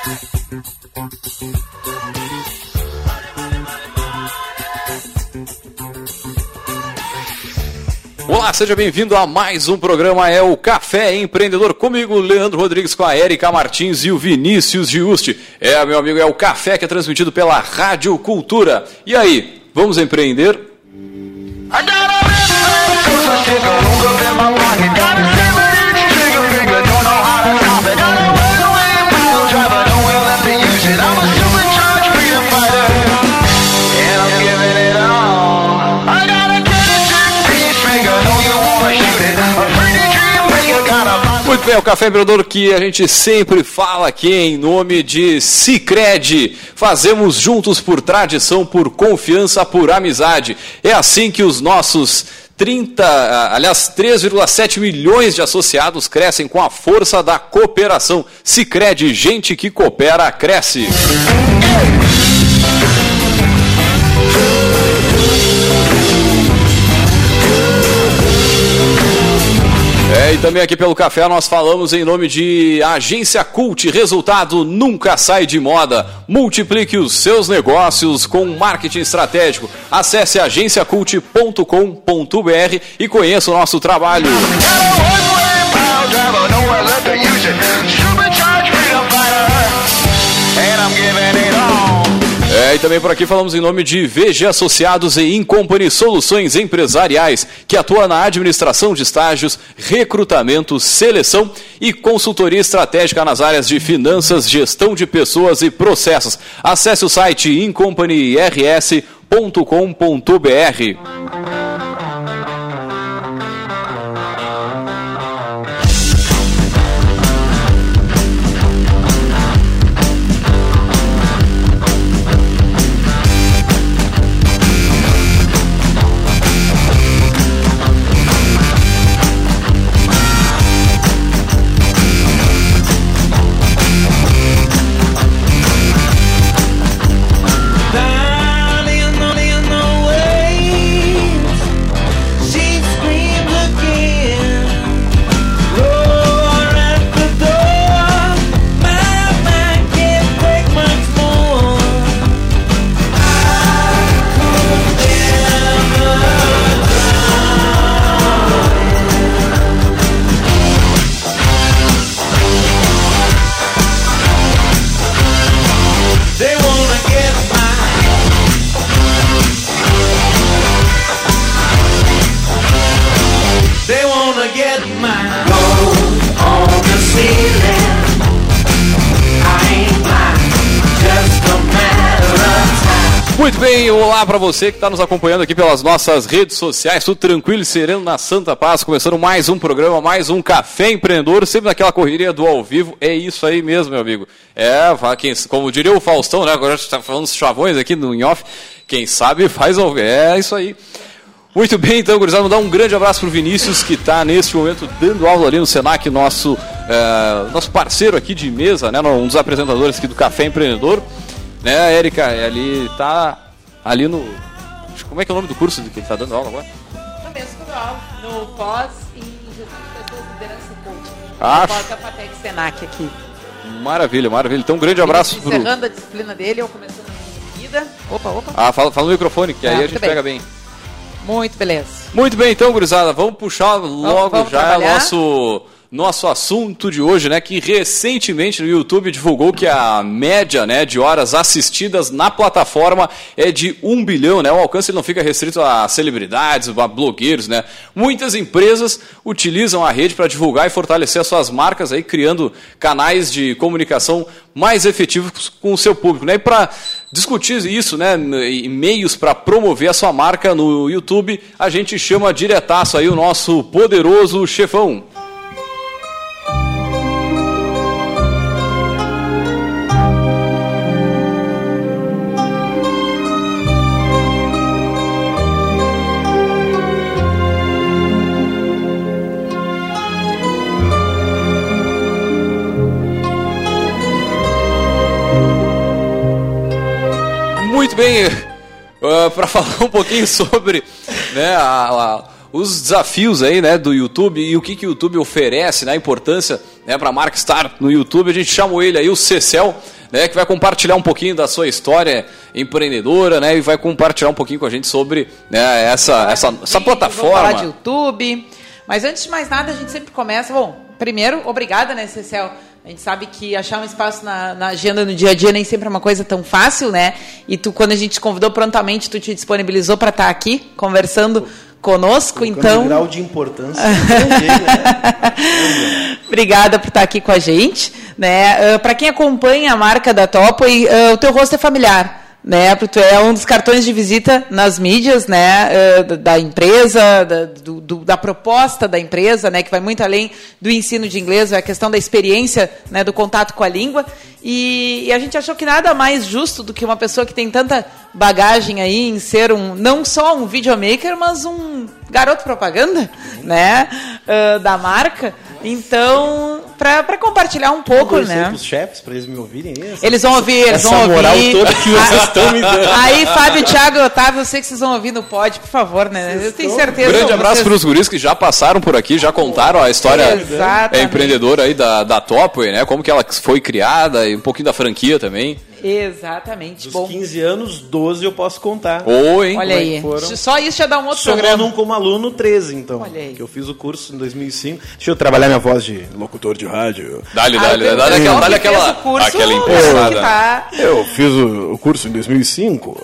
Olá, seja bem-vindo a mais um programa, é o Café Empreendedor, comigo, Leandro Rodrigues, com a Érica Martins e o Vinícius Giusti. Meu amigo, é o Café que é transmitido pela Rádio Cultura. E aí, vamos empreender? Muito bem, é o Café Empreendedor que a gente sempre fala aqui em nome de Sicredi. Fazemos juntos por tradição, por confiança, por amizade. É assim que os nossos 3,7 milhões de associados crescem com a força da cooperação. Sicredi, gente que coopera, cresce. E também aqui pelo Café nós falamos em nome de Agência Cult. Resultado nunca sai de moda. Multiplique os seus negócios com marketing estratégico. Acesse agenciacult.com.br e conheça o nosso trabalho. E também por aqui falamos em nome de VG Associados e Incompany Soluções Empresariais, que atua na administração de estágios, recrutamento, seleção e consultoria estratégica nas áreas de finanças, gestão de pessoas e processos. Acesse o site incompanyrs.com.br. Muito bem, olá para você que está nos acompanhando aqui pelas nossas redes sociais, tudo tranquilo e sereno na Santa Paz, começando mais um programa, mais um Café Empreendedor, sempre naquela correria do ao vivo, é isso aí mesmo, meu amigo. Como diria o Faustão, né, agora a gente está falando os chavões aqui no in off, quem sabe faz ao vivo, é isso aí. Muito bem, então, gurizada, vou dar um grande abraço para o Vinícius, que está neste momento dando aula ali no Senac, nosso parceiro aqui de mesa, né, um dos apresentadores aqui do Café Empreendedor. Né, a Érica, ele tá ali no... Como é que é o nome do curso que ele tá dando aula agora? No mesmo que eu dou aula, no pós em Gestão de Pessoas e Liderança e Coaching. Pós da FATEC Senac aqui. Maravilha, maravilha. Então, um grande abraço pro... Encerrando a disciplina dele, eu começando a minha vida. Opa. Fala no microfone, que aí a gente pega bem. Muito beleza. Muito bem, então, gurizada, vamos puxar logo vamos já trabalhar. Nosso assunto de hoje, né, que recentemente no YouTube divulgou que a média, né, de horas assistidas na plataforma é de 1 bilhão, né? O alcance ele não fica restrito a celebridades, a blogueiros, né? Muitas empresas utilizam a rede para divulgar e fortalecer as suas marcas, aí criando canais de comunicação mais efetivos com o seu público, né? E para discutir isso, né, e meios para promover a sua marca no YouTube, a gente chama diretaço aí o nosso poderoso chefão. Muito bem, para falar um pouquinho sobre, né, os desafios aí, né, do YouTube e o que o YouTube oferece, né, a importância, né, para a marca estar no YouTube. A gente chamou ele aí, o Cecel, né, que vai compartilhar um pouquinho da sua história empreendedora, né, e vai compartilhar um pouquinho com a gente sobre, né, essa plataforma. Vamos falar de YouTube, mas antes de mais nada a gente sempre começa, bom, primeiro, obrigada, né, Cecel? A gente sabe que achar um espaço na agenda no dia a dia nem sempre é uma coisa tão fácil, né? E tu, quando a gente te convidou prontamente, tu te disponibilizou para estar aqui conversando conosco, então... Um grau de importância. Né? Obrigada por estar aqui com a gente, né? Para quem acompanha a marca da Topway, o teu rosto é familiar, né? Porque tu é um dos cartões de visita nas mídias, né? Da empresa, da proposta da empresa, né? Que vai muito além do ensino de inglês, é a questão da experiência, né? Do contato com a língua. E a gente achou que nada mais justo do que uma pessoa que tem tanta bagagem aí em ser não só um videomaker, mas um garoto propaganda, né? Da marca. Então, para compartilhar um pouco, né? Os chefes, para eles me ouvirem isso. Eles vão ouvir, eles vão ouvir. Essa moral toda que vocês estão me dando. Aí, Fábio, Thiago e Otávio, eu sei que vocês vão ouvir no pod, por favor, né? Eu tenho certeza. Um grande abraço para os guris que já passaram por aqui, já contaram a história empreendedora aí da Topway, né? Como que ela foi criada e um pouquinho da franquia também. Exatamente. Dos 15 anos, 12 eu posso contar. Hein? Olha aí. Só isso já dá um outro programa. Somando como aluno, 13, então. Olha aí. Que eu fiz o curso em 2005. Deixa eu trabalhar minha voz de locutor de rádio. Dá-lhe aquela empossada. Eu fiz o curso em 2005.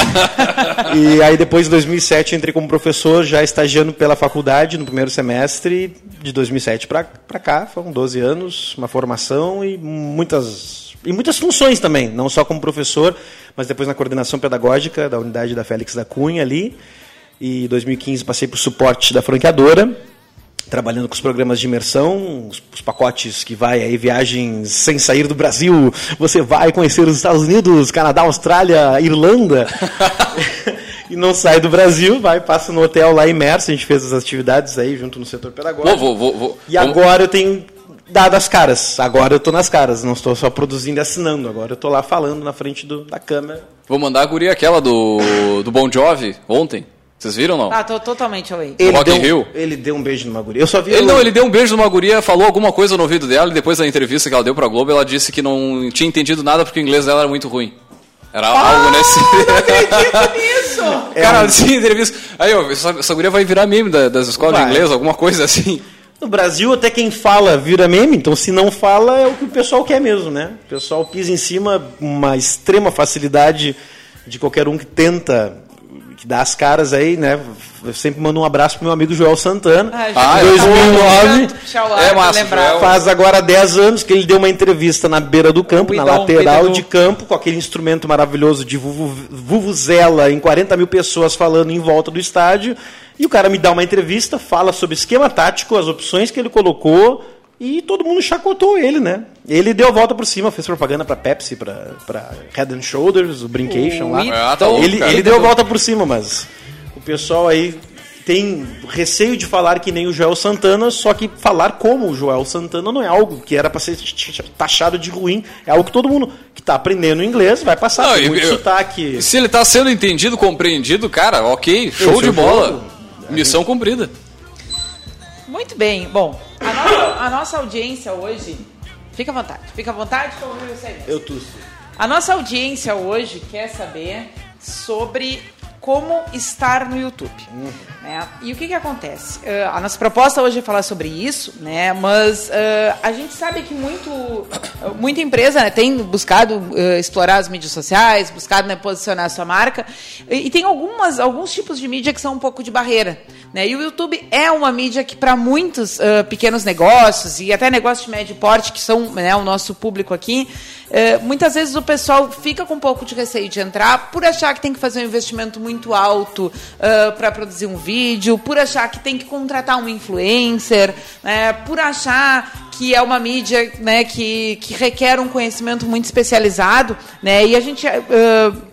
E aí depois, em 2007, entrei como professor, já estagiando pela faculdade no primeiro semestre. De 2007 para cá, foram 12 anos, uma formação e muitas funções também, não só como professor, mas depois na coordenação pedagógica da unidade da Félix da Cunha ali. E em 2015 passei por suporte da franqueadora, trabalhando com os programas de imersão, os pacotes que vai aí, viagens sem sair do Brasil, você vai conhecer os Estados Unidos, Canadá, Austrália, Irlanda, e não sai do Brasil, passa no hotel lá imerso, a gente fez as atividades aí junto no setor pedagógico. Agora eu tenho dado as caras, agora eu estou nas caras, não estou só produzindo e assinando, agora eu estou lá falando na frente da câmera. Vou mandar a guria aquela do Bon Jovi ontem. Vocês viram ou não? Tô totalmente away. Ele deu um beijo numa guria. Eu só vi ele deu um beijo numa guria, falou alguma coisa no ouvido dela e depois da entrevista que ela deu pra Globo, ela disse que não tinha entendido nada porque o inglês dela era muito ruim. Era algo nesse... Não acredito nisso! Cara, assim, entrevista... Aí, essa guria vai virar meme das escolas de inglês, alguma coisa assim. No Brasil, até quem fala vira meme, então se não fala é o que o pessoal quer mesmo, né? O pessoal pisa em cima, uma extrema facilidade de qualquer um que tenta... que dá as caras aí, né? Eu sempre mando um abraço pro meu amigo Joel Santana. 2009. Faz agora 10 anos que ele deu uma entrevista na beira do campo, na lateral de campo, com aquele instrumento maravilhoso de vuvuzela em 40 mil pessoas falando em volta do estádio. E o cara me dá uma entrevista, fala sobre esquema tático, as opções que ele colocou, e todo mundo chacotou ele, né? Ele deu a volta por cima, fez propaganda pra Pepsi, pra Head and Shoulders, o Brincation lá. Ele deu a volta por cima, mas o pessoal aí tem receio de falar que nem o Joel Santana, só que falar como o Joel Santana não é algo que era pra ser taxado de ruim, é algo que todo mundo que tá aprendendo inglês vai passar, tem muito sotaque. Se ele tá sendo entendido, compreendido, cara, ok, show de bola. Missão cumprida. Muito bem. Bom, a nossa audiência hoje... Fica à vontade que eu vou ver você mesmo. Eu tuço. A nossa audiência hoje quer saber sobre como estar no YouTube. Né? E o que acontece? A nossa proposta hoje é falar sobre isso, né? Mas a gente sabe que muita empresa, né, tem buscado explorar as mídias sociais, buscado, né, posicionar a sua marca, e tem alguns tipos de mídia que são um pouco de barreira. Né? E o YouTube é uma mídia que, para muitos pequenos negócios e até negócios de médio porte, que são, né, o nosso público aqui, muitas vezes o pessoal fica com um pouco de receio de entrar por achar que tem que fazer um investimento muito alto para produzir um vídeo, por achar que tem que contratar um influencer, né, por achar que é uma mídia, né, que requer um conhecimento muito especializado, né, e a gente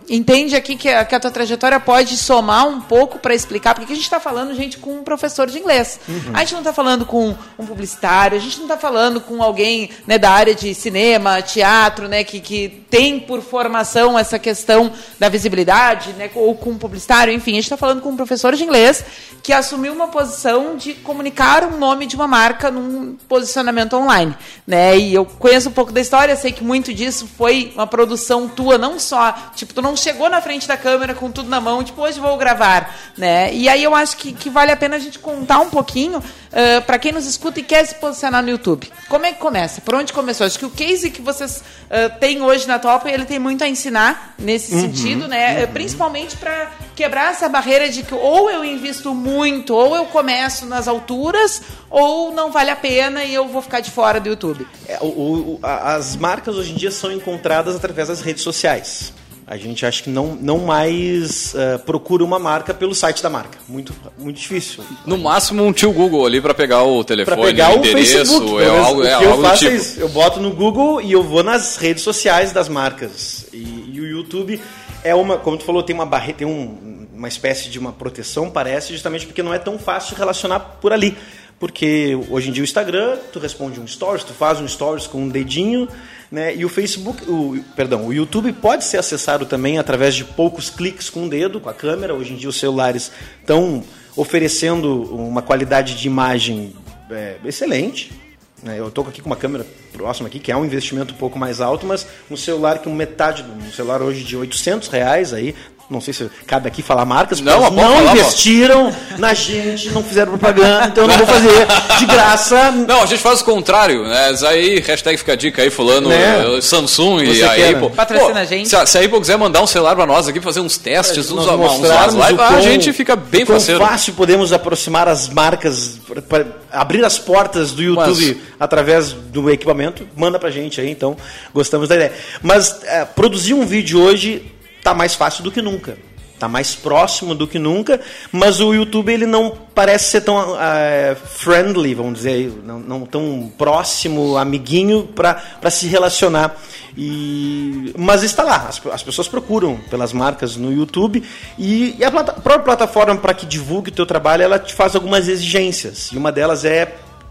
entende aqui que a tua trajetória pode somar um pouco para explicar, porque a gente está falando, gente, com um professor de inglês. A gente não está falando com um publicitário, a gente não está falando com alguém, né, da área de cinema, teatro, né, que tem por formação essa questão da visibilidade, né, ou com um publicitário, enfim, a gente está falando com um professor de inglês que assumiu uma posição de comunicar o nome de uma marca num posicionamento online, né, e eu conheço um pouco da história, sei que muito disso foi uma produção tua, não só, tipo, tu não chegou na frente da câmera com tudo na mão, tipo, hoje vou gravar, né, e aí eu acho que vale a pena a gente contar um pouquinho para quem nos escuta e quer se posicionar no YouTube. Como é que começa? Por onde começou? Acho que o case que vocês têm hoje na Top, ele tem muito a ensinar nesse sentido, né, principalmente para quebrar essa barreira de que ou eu invisto muito, ou eu começo nas alturas, ou não vale a pena e eu vou ficar de fora do YouTube. As marcas hoje em dia são encontradas através das redes sociais. A gente acha que não mais procura uma marca pelo site da marca. Muito, muito difícil. No máximo um tio Google ali para pegar o telefone, pra pegar o endereço, Facebook, algo do tipo. Eu boto no Google e eu vou nas redes sociais das marcas. E o YouTube é como tu falou, tem uma barreira, tem uma espécie de uma proteção, parece, justamente porque não é tão fácil relacionar por ali. Porque hoje em dia o Instagram, tu responde um stories, tu faz um stories com um dedinho, né? E o Facebook, o YouTube pode ser acessado também através de poucos cliques com o dedo, com a câmera. Hoje em dia os celulares estão oferecendo uma qualidade de imagem excelente. Eu estou aqui com uma câmera próxima aqui, que é um investimento um pouco mais alto, mas um celular que um celular hoje de R$800 aí, não sei se cabe aqui falar marcas, porque eles não investiram na gente, não fizeram propaganda, então eu não vou fazer de graça. Não, a gente faz o contrário, né? Aí, hashtag fica a dica aí, fulano, Samsung, você e aí, pô. Patrocina a gente. Se a Apple quiser mandar um celular pra nós aqui, fazer uns testes, uns lives, a gente fica bem faceiro. Quão fácil podemos aproximar as marcas, para abrir as portas do YouTube através do equipamento, manda pra gente aí, então gostamos da ideia. Mas produzir um vídeo hoje está mais fácil do que nunca, está mais próximo do que nunca, mas o YouTube ele não parece ser tão friendly, vamos dizer, não tão próximo, amiguinho para se relacionar. Mas está lá, as pessoas procuram pelas marcas no YouTube e a própria plataforma para que divulgue o teu trabalho, ela te faz algumas exigências, e uma delas é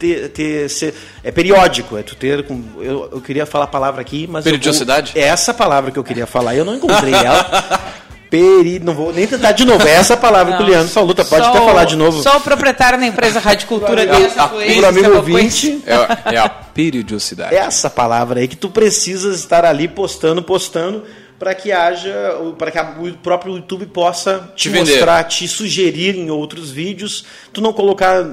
periódico, tu ter. Eu queria falar a palavra aqui, mas. Periodicidade? É essa palavra que eu queria falar, eu não encontrei ela. Não vou nem tentar de novo. É essa palavra que o Leandro falou, pode até falar de novo. Só o proprietário da empresa Rádio Cultura dele. Pro amigo ouvinte. É a periodicidade. Essa palavra aí que tu precisas estar ali postando, para que o próprio YouTube possa te mostrar, te sugerir em outros vídeos, tu não colocar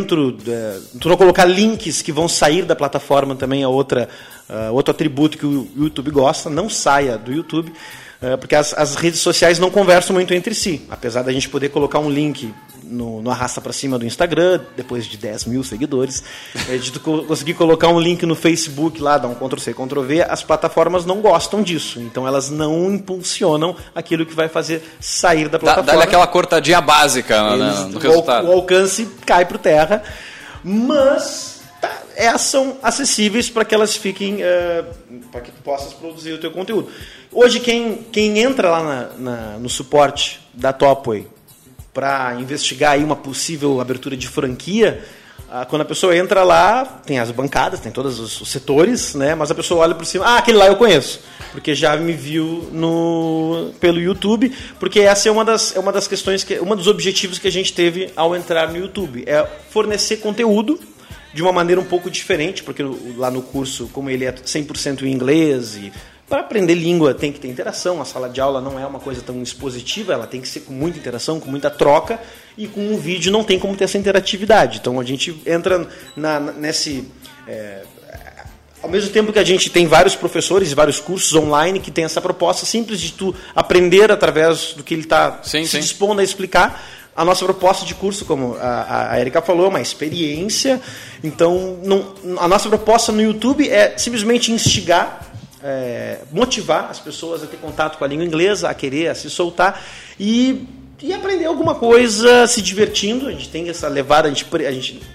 links que vão sair da plataforma também, outro atributo que o YouTube gosta, não saia do YouTube, porque as redes sociais não conversam muito entre si, apesar da gente poder colocar um link no arrasta para cima do Instagram, depois de 10 mil seguidores, de tu conseguir colocar um link no Facebook lá, dar um Ctrl+C, Ctrl+V, as plataformas não gostam disso, então elas não impulsionam aquilo que vai fazer sair da plataforma. Dá-lhe aquela cortadinha básica no resultado. O alcance cai por terra, mas são acessíveis para que elas fiquem, para que tu possas produzir o teu conteúdo. Hoje quem entra lá no suporte da Topway para investigar aí uma possível abertura de franquia, quando a pessoa entra lá, tem as bancadas, tem todos os setores, né? Mas a pessoa olha por cima, aquele lá eu conheço, porque já me viu pelo YouTube, porque essa é uma das questões, um dos objetivos que a gente teve ao entrar no YouTube, é fornecer conteúdo de uma maneira um pouco diferente, porque lá no curso, como ele é 100% em inglês e para aprender língua tem que ter interação, a sala de aula não é uma coisa tão expositiva, ela tem que ser com muita interação, com muita troca, e com um vídeo não tem como ter essa interatividade. Então a gente entra nesse... ao mesmo tempo que a gente tem vários professores e vários cursos online que tem essa proposta simples de tu aprender através do que ele está se dispondo a explicar, a nossa proposta de curso, como a Erika falou, é uma experiência. Então a nossa proposta no YouTube é simplesmente instigar, motivar as pessoas a ter contato com a língua inglesa, a se soltar e aprender alguma coisa se divertindo. A gente tem essa levada, a gente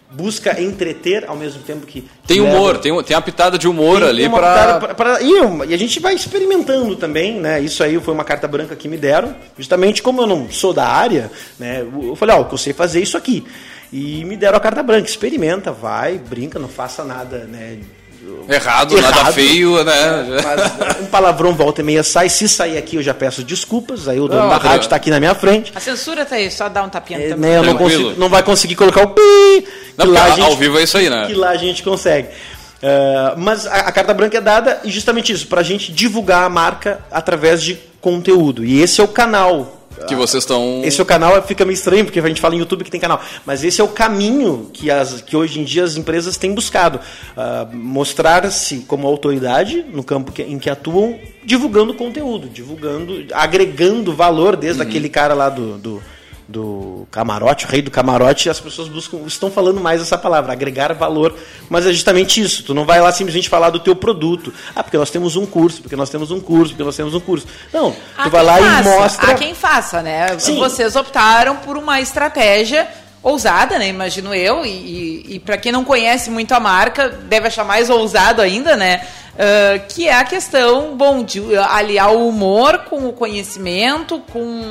busca entreter ao mesmo tempo que tem humor, tem uma pitada de humor ali para... E a gente vai experimentando também, né? Isso aí foi uma carta branca que me deram, justamente como eu não sou da área, né? Eu falei, eu sei fazer isso aqui. E me deram a carta branca, experimenta, vai, brinca, não faça nada, né? Errado, nada feio, né? Mas um palavrão volta e meia sai. Se sair aqui, eu já peço desculpas. Aí o dono da rádio está aqui na minha frente. A censura tá aí, só dá um tapinha também. Né, eu não vai conseguir colocar o pi. Não, lá ao vivo é isso aí, né? Que lá a gente consegue. Mas a carta branca é dada e justamente isso, para a gente divulgar a marca através de conteúdo. E esse é o canal. Que vocês estão... Esse é o canal, fica meio estranho, porque a gente fala em YouTube que tem canal. Mas esse é o caminho que hoje em dia as empresas têm buscado. Mostrar-se como autoridade no campo em que atuam, divulgando conteúdo, agregando valor, desde aquele cara lá do camarote, o rei do camarote. As pessoas estão falando mais essa palavra, agregar valor, mas é justamente isso. Tu não vai lá simplesmente falar do teu produto, porque nós temos um curso, porque nós temos um curso. Não, tu vai lá e mostra... Há quem faça, né? Sim. Vocês optaram por uma estratégia ousada, né? Imagino eu, e para quem não conhece muito a marca, deve achar mais ousado ainda, né? Que é a questão, de aliar o humor com o conhecimento,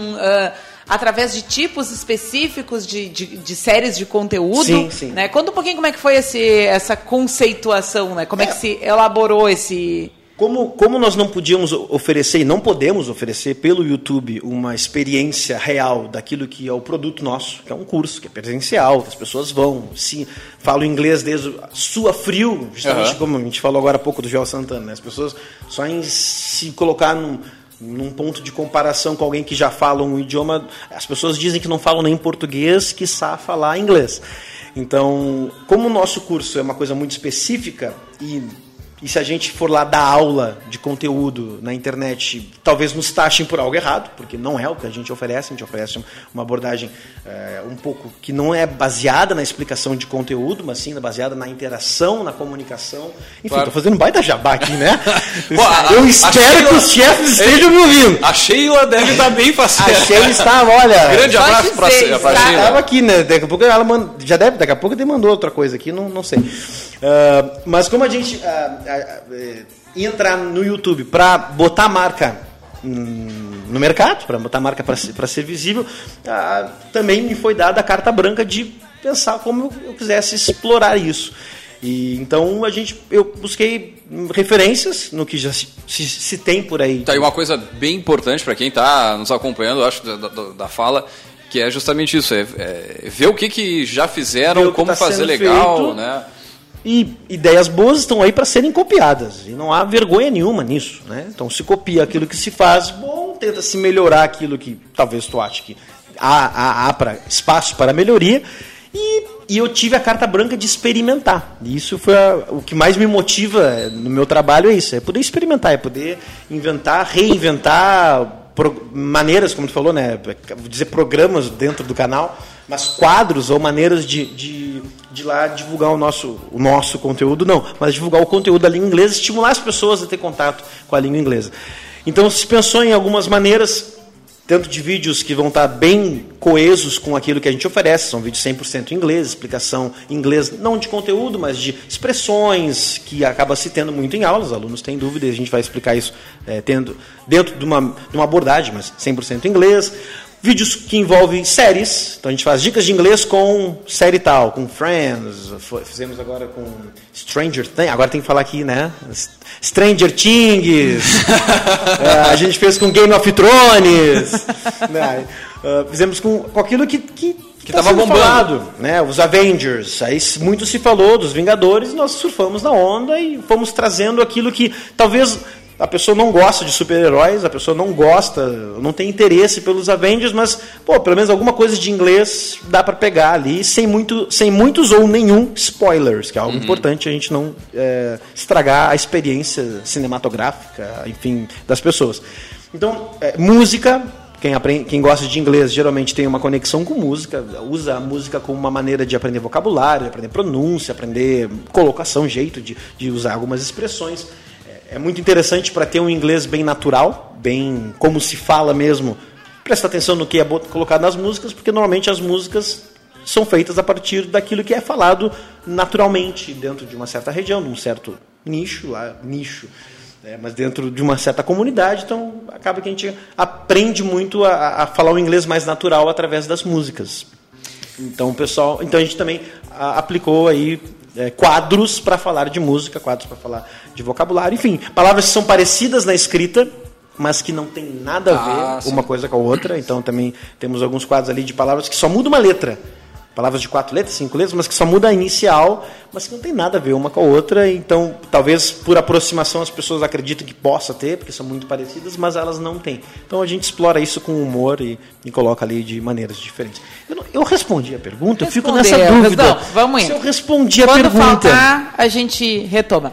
através de tipos específicos de séries de conteúdo. Sim, sim. Né? Conta um pouquinho como é que foi essa conceituação, né? Como é que se elaborou esse... Como nós não podíamos oferecer e não podemos oferecer pelo YouTube uma experiência real daquilo que é o produto nosso, que é um curso, que é presencial, que as pessoas vão, falam inglês desde sua frio, justamente como a gente falou agora há pouco do Joel Santana, né? As pessoas só em se colocar num ponto de comparação com alguém que já fala um idioma, as pessoas dizem que não falam nem português, quiçá falar inglês. Então, como o nosso curso é uma coisa muito específica e se a gente for lá dar aula de conteúdo na internet, talvez nos taxem por algo errado, porque não é o que a gente oferece uma abordagem um pouco que não é baseada na explicação de conteúdo, mas sim baseada na interação, na comunicação. Enfim, estou fazendo um baita jabá aqui, né? Eu espero que os chefes estejam me ouvindo. A Sheila deve estar bem faceira. A Sheila estava, olha... Grande abraço para a Sheila. Estava aqui, né? Daqui a pouco ela daqui a pouco ele mandou outra coisa aqui, não sei. Mas como a gente entrar no YouTube para botar a marca no mercado, para botar a marca para ser visível, também me foi dada a carta branca de pensar como eu quisesse explorar isso. E então eu busquei referências no que já se tem por aí. Tá aí uma coisa bem importante para quem está nos acompanhando, eu acho, da fala, que é justamente isso, ver o que já fizeram, como fazer legal, feito, né? E ideias boas estão aí para serem copiadas. E não há vergonha nenhuma nisso, né? Então se copia aquilo que se faz, tenta se melhorar aquilo que talvez tu ache que há espaço para melhoria. E eu tive a carta branca de experimentar. E isso foi o que mais me motiva no meu trabalho, é isso. É poder experimentar, é poder inventar, reinventar maneiras, como tu falou, né? Vou dizer programas dentro do canal, mas quadros ou maneiras de lá divulgar o nosso conteúdo, não, mas divulgar o conteúdo da língua inglesa, estimular as pessoas a ter contato com a língua inglesa. Então se pensou em algumas maneiras, tanto de vídeos que vão estar bem coesos com aquilo que a gente oferece, são vídeos 100% em inglês, explicação em inglês, não de conteúdo, mas de expressões, que acaba se tendo muito em aulas, os alunos têm dúvidas, a gente vai explicar isso tendo dentro de uma abordagem, mas 100% em inglês. Vídeos que envolvem séries, então a gente faz dicas de inglês com série tal, com Friends, fizemos agora com Stranger Things, agora tem que falar aqui, né? Stranger Things, a gente fez com Game of Thrones, né? Fizemos com aquilo que estava bombando, falado, né? Os Avengers, aí muito se falou dos Vingadores, nós surfamos na onda e fomos trazendo aquilo que talvez... A pessoa não gosta de super-heróis, a pessoa não gosta, não tem interesse pelos Avengers, mas, pelo menos alguma coisa de inglês dá para pegar ali, sem muitos ou nenhum spoilers, que é algo importante a gente não estragar a experiência cinematográfica, enfim, das pessoas. Então, música, quem gosta de inglês geralmente tem uma conexão com música, usa a música como uma maneira de aprender vocabulário, aprender pronúncia, aprender colocação, jeito de usar algumas expressões. É muito interessante para ter um inglês bem natural, bem como se fala mesmo. Presta atenção no que é colocado nas músicas, porque normalmente as músicas são feitas a partir daquilo que é falado naturalmente dentro de uma certa região, de um certo nicho, mas dentro de uma certa comunidade. Então acaba que a gente aprende muito a falar o inglês mais natural através das músicas. Então a gente também aplicou aí quadros para falar de música, quadros para falar de vocabulário, enfim, palavras que são parecidas na escrita, mas que não tem nada a ver uma coisa com a outra. Então também temos alguns quadros ali de palavras que só muda uma letra. Palavras de 4 letras, 5 letras, mas que só muda a inicial, mas que não tem nada a ver uma com a outra. Então, talvez por aproximação as pessoas acreditam que possa ter, porque são muito parecidas, mas elas não têm. Então a gente explora isso com humor e coloca ali de maneiras diferentes. Eu respondi a pergunta, eu fico nessa dúvida. Não, vamos indo. Se eu respondi a pergunta... Quando faltar, a gente retoma.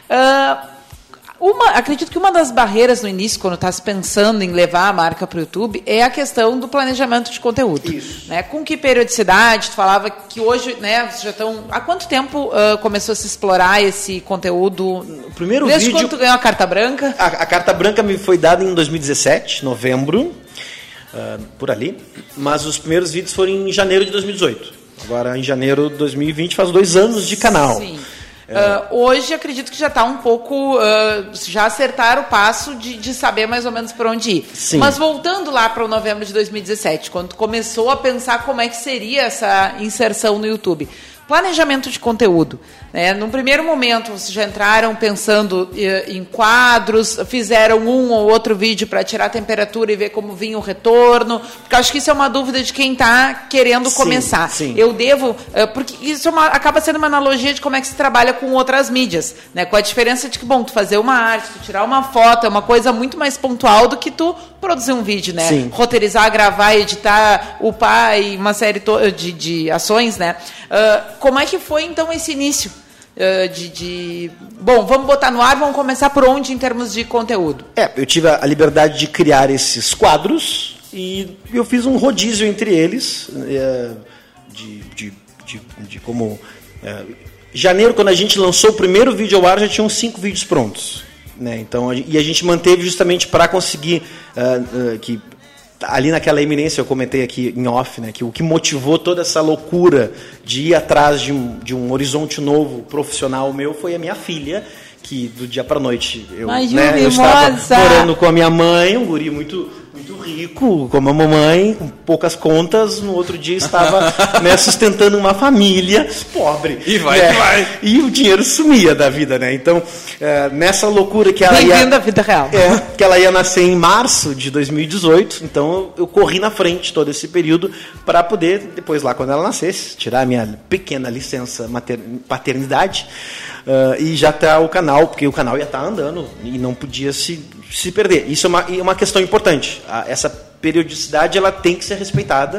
Acredito que uma das barreiras no início, quando está se pensando em levar a marca para o YouTube, é a questão do planejamento de conteúdo. Isso. Né? Com que periodicidade? Tu falava que hoje, né, vocês já estão... Há quanto tempo começou a se explorar esse conteúdo? O primeiro Desde vídeo... quando tu ganhou a carta branca? A carta branca me foi dada em 2017, novembro, por ali. Mas os primeiros vídeos foram em janeiro de 2018. Agora, em janeiro de 2020, faz 2 anos de canal. Sim. Hoje acredito que já está um pouco, já acertaram o passo de saber mais ou menos por onde ir. Sim. Mas voltando lá para o novembro de 2017, quando começou a pensar como é que seria essa inserção no YouTube. Planejamento de conteúdo. Né? Num primeiro momento, vocês já entraram pensando em quadros, fizeram um ou outro vídeo para tirar a temperatura e ver como vinha o retorno, porque acho que isso é uma dúvida de quem está querendo começar. Sim. Eu devo, porque isso acaba sendo uma analogia de como é que se trabalha com outras mídias, né? Com a diferença de que, bom, tu fazer uma arte, tu tirar uma foto, é uma coisa muito mais pontual do que tu produzir um vídeo, né? Sim. Roteirizar, gravar, editar, upar e uma série de ações, né? Como é que foi, então, esse início? Bom, vamos botar no ar, vamos começar por onde em termos de conteúdo? Eu tive a liberdade de criar esses quadros e eu fiz um rodízio entre eles, de como... janeiro, quando a gente lançou o primeiro vídeo ao ar, já tinham 5 vídeos prontos. Né? Então, e a gente manteve justamente para conseguir que... Ali naquela eminência, eu comentei aqui em off, né, que o que motivou toda essa loucura de ir atrás de um horizonte novo profissional meu foi a minha filha, que do dia para noite eu estava morando com a minha mãe, um guri muito rico, como a mamãe, com poucas contas. No outro dia estava sustentando uma família pobre. E vai. E o dinheiro sumia da vida, né? Então, nessa loucura que ela Bem-vindo à vida real. Que ela ia nascer em março de 2018, então eu corri na frente todo esse período para poder, depois lá quando ela nascesse, tirar a minha pequena licença paternidade e já tá o canal, porque o canal ia estar andando e não podia se perder. Isso é uma questão importante. Essa periodicidade ela tem que ser respeitada,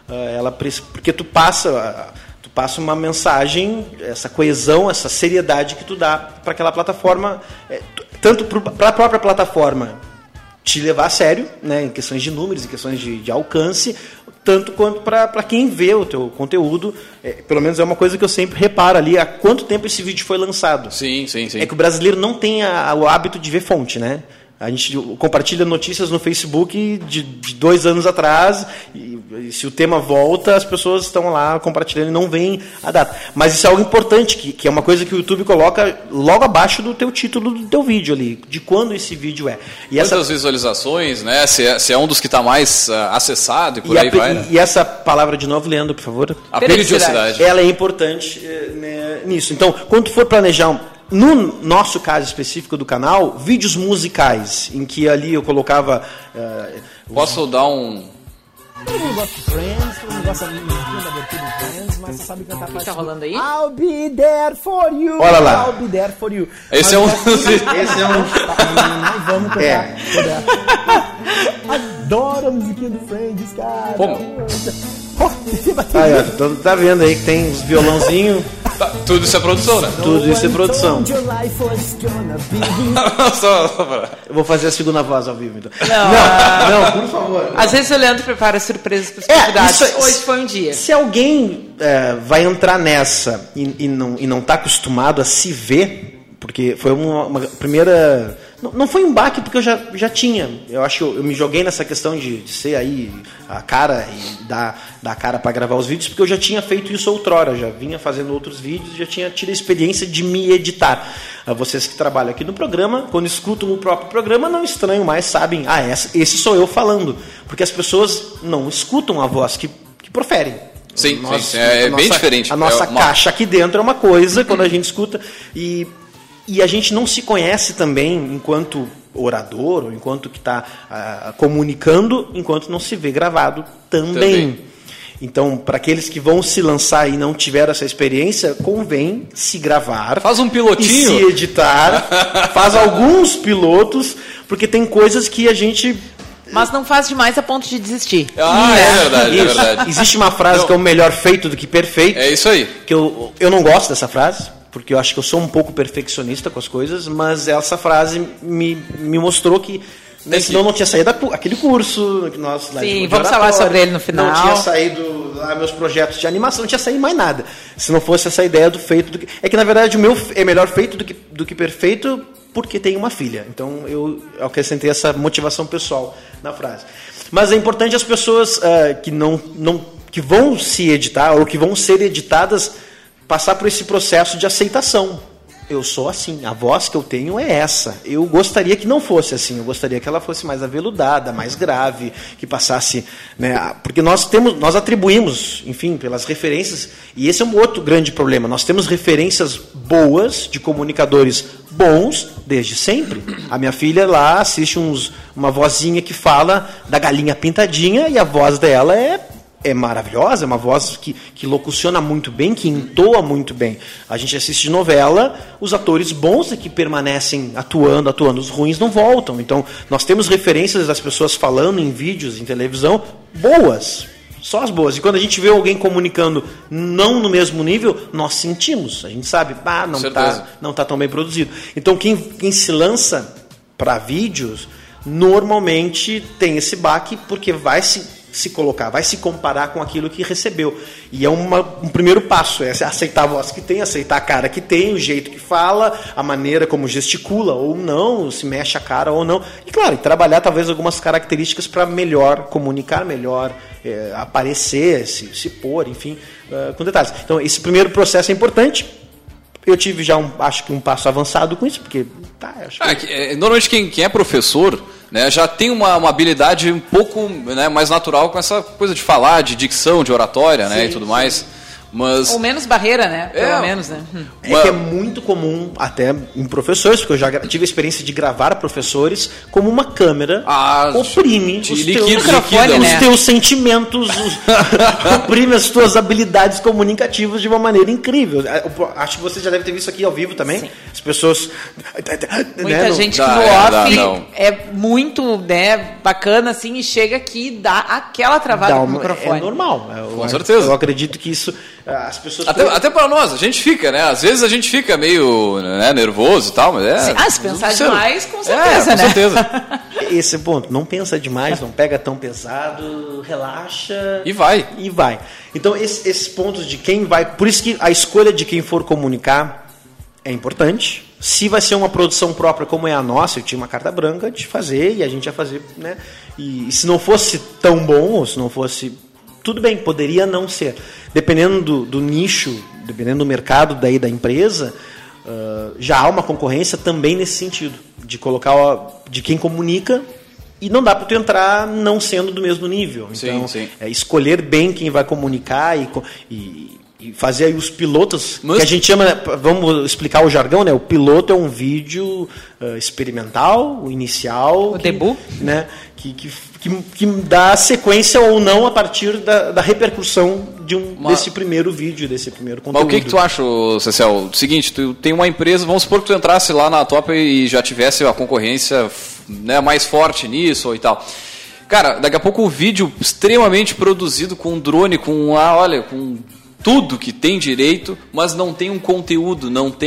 porque tu passa uma mensagem, essa coesão, essa seriedade que tu dá para aquela plataforma, tanto para a própria plataforma te levar a sério, né, em questões de números, em questões de alcance, tanto quanto para quem vê o teu conteúdo. Pelo menos é uma coisa que eu sempre reparo ali, há quanto tempo esse vídeo foi lançado. Sim. É que o brasileiro não tem o hábito de ver fonte, né? A gente compartilha notícias no Facebook de 2 anos atrás, e se o tema volta, as pessoas estão lá compartilhando e não veem a data. Mas isso é algo importante, que é uma coisa que o YouTube coloca logo abaixo do teu título do teu vídeo ali, de quando esse vídeo é. E quantas visualizações, né? Se é um dos que está mais acessado e por aí vai, né? E essa palavra de novo, Leandro, por favor. A periodicidade. Ela é importante nisso. Então, quando tu for planejar... No nosso caso específico do canal, vídeos musicais, em que ali eu colocava... Posso dar um... Todo mundo gosta de Friends, todo mundo gosta da abertura de Friends, mas você sabe cantar a parte... O que tá rolando aí? I'll be there for you. Olha lá. I'll be there for you. Esse é um... Nós vamos cantar. Adoro a musiquinha do Friends, cara. Como? Aí, tá vendo aí que tem os violãozinhos. Tudo isso é produção, né? Tudo isso é produção. Eu vou fazer a segunda voz ao vivo, então. Não, por favor. Às vezes o Leandro prepara surpresas para os convidados. Hoje foi um dia. Se alguém vai entrar nessa e não está acostumado a se ver, porque foi uma primeira Não foi um baque porque eu já tinha. Eu acho que eu me joguei nessa questão de ser aí a cara e dar a cara para gravar os vídeos, porque eu já tinha feito isso outrora, já vinha fazendo outros vídeos, já tinha tido a experiência de me editar. Vocês que trabalham aqui no programa, quando escutam o próprio programa, não estranham mais, sabem, esse sou eu falando. Porque as pessoas não escutam a voz que proferem. Sim, é bem diferente. A nossa caixa aqui dentro é uma coisa, quando a gente escuta, e a gente não se conhece também enquanto orador, ou enquanto que está comunicando, enquanto não se vê gravado também. Então, para aqueles que vão se lançar e não tiveram essa experiência, convém se gravar. Faz um pilotinho. E se editar. Faz alguns pilotos, porque tem coisas que a gente... Mas não faz demais a ponto de desistir. É verdade, é verdade. Existe uma frase que é o melhor feito do que perfeito. É isso aí. Que eu não gosto dessa frase, porque eu acho que eu sou um pouco perfeccionista com as coisas, mas essa frase me mostrou que... senão não tinha saído aquele curso que nós... Sim, vamos falar sobre ele no final. Não tinha saído lá meus projetos de animação, não tinha saído mais nada. Se não fosse essa ideia do feito do que... É que, na verdade, o meu é melhor feito do que perfeito, porque tenho uma filha. Então, eu acrescentei essa motivação pessoal na frase. Mas é importante as pessoas que vão se editar, ou que vão ser editadas, passar por esse processo de aceitação. Eu sou assim, a voz que eu tenho é essa. Eu gostaria que não fosse assim, eu gostaria que ela fosse mais aveludada, mais grave, que passasse, né? Porque nós atribuímos, enfim, pelas referências, e esse é um outro grande problema. Nós temos referências boas de comunicadores bons desde sempre. A minha filha lá assiste uma vozinha que fala da galinha pintadinha e a voz dela é maravilhosa, é uma voz que locuciona muito bem, que entoa muito bem. A gente assiste novela, os atores bons é que permanecem atuando, os ruins não voltam. Então, nós temos referências das pessoas falando em vídeos, em televisão, boas, só as boas. E quando a gente vê alguém comunicando não no mesmo nível, nós sentimos. A gente sabe, não tá tão bem produzido. Então, quem se lança para vídeos, normalmente tem esse baque, porque vai se colocar, vai se comparar com aquilo que recebeu. E é um primeiro passo, é aceitar a voz que tem, aceitar a cara que tem, o jeito que fala, a maneira como gesticula ou não, se mexe a cara ou não. E claro, trabalhar talvez algumas características para melhor comunicar, melhor aparecer, se pôr, enfim, com detalhes. Então, esse primeiro processo é importante. Eu tive já acho que um passo avançado com isso, porque normalmente quem é professor, né, já tem uma habilidade um pouco, né, mais natural com essa coisa de falar, de dicção, de oratória, né, e tudo mais. Mas... Ou menos barreira, né? Pelo menos, né? Que é muito comum, até em professores, porque eu já tive a experiência de gravar professores, como uma câmera oprime os teus sentimentos, oprime as tuas habilidades comunicativas de uma maneira incrível. Acho que você já deve ter visto aqui ao vivo também. Sim. As pessoas... Muita gente que no off é muito, né, bacana, assim, e chega aqui e dá aquela travada no microfone. É normal. Com certeza. Eu acredito que isso... As pessoas até para nós, a gente fica, né? Às vezes a gente fica meio, né, nervoso e tal, mas se pensar demais, com certeza, né? Com certeza. Esse ponto, não pensa demais, não pega tão pesado, relaxa e vai. Então, esses pontos de quem vai... Por isso que a escolha de quem for comunicar é importante. Se vai ser uma produção própria como é a nossa, eu tinha uma carta branca de fazer e a gente ia fazer, né? E se não fosse tão bom, ou se não fosse... Tudo bem, poderia não ser. Dependendo do nicho, dependendo do mercado daí da empresa, já há uma concorrência também nesse sentido, de colocar de quem comunica, e não dá para tu entrar não sendo do mesmo nível. Então, sim. Escolher bem quem vai comunicar e fazer aí os pilotos, que a gente chama, vamos explicar o jargão, né? O piloto é um vídeo experimental, o inicial, o debut, né? Que dá sequência ou não a partir da repercussão desse primeiro vídeo, desse primeiro conteúdo. Mas o que tu acha, Cecel? Seguinte, tu tem uma empresa, vamos supor que tu entrasse lá na Top e já tivesse a concorrência, né, mais forte nisso ou e tal. Cara, daqui a pouco o vídeo extremamente produzido com drone, com tudo que tem direito, mas não tem um conteúdo,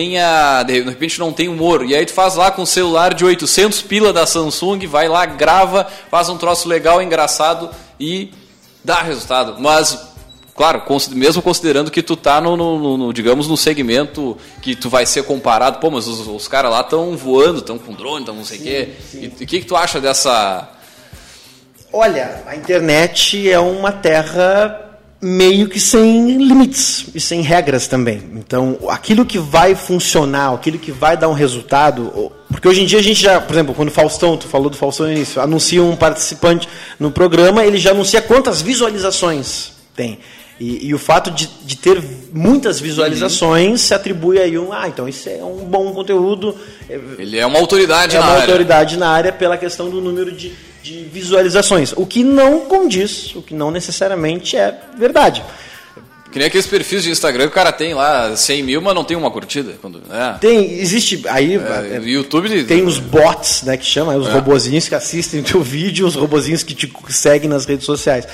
de repente não tem humor. E aí tu faz lá com o celular de 800 pila da Samsung, vai lá, grava, faz um troço legal, engraçado e dá resultado. Mas Claro, mesmo considerando que tu tá digamos, no segmento que tu vai ser comparado, pô, mas os caras lá estão voando, estão com drone, estão não sei o quê. E o que tu acha dessa... Olha, a internet é uma terra meio que sem limites e sem regras também. Então, aquilo que vai funcionar, aquilo que vai dar um resultado... Porque hoje em dia a gente já, por exemplo, quando o Faustão, tu falou do Faustão no início, anuncia um participante no programa, ele já anuncia quantas visualizações tem. E o fato de ter muitas visualizações se atribui aí então isso é um bom conteúdo. Ele é uma autoridade na área. É uma autoridade na área pela questão do número de visualizações. O que não condiz, o que não necessariamente é verdade. Que nem aqueles perfis de Instagram que o cara tem lá 100 mil, mas não tem uma curtida. Existe aí... YouTube... Tem os bots, né, que chama, os robozinhos que assistem o teu vídeo, os robozinhos que te seguem nas redes sociais.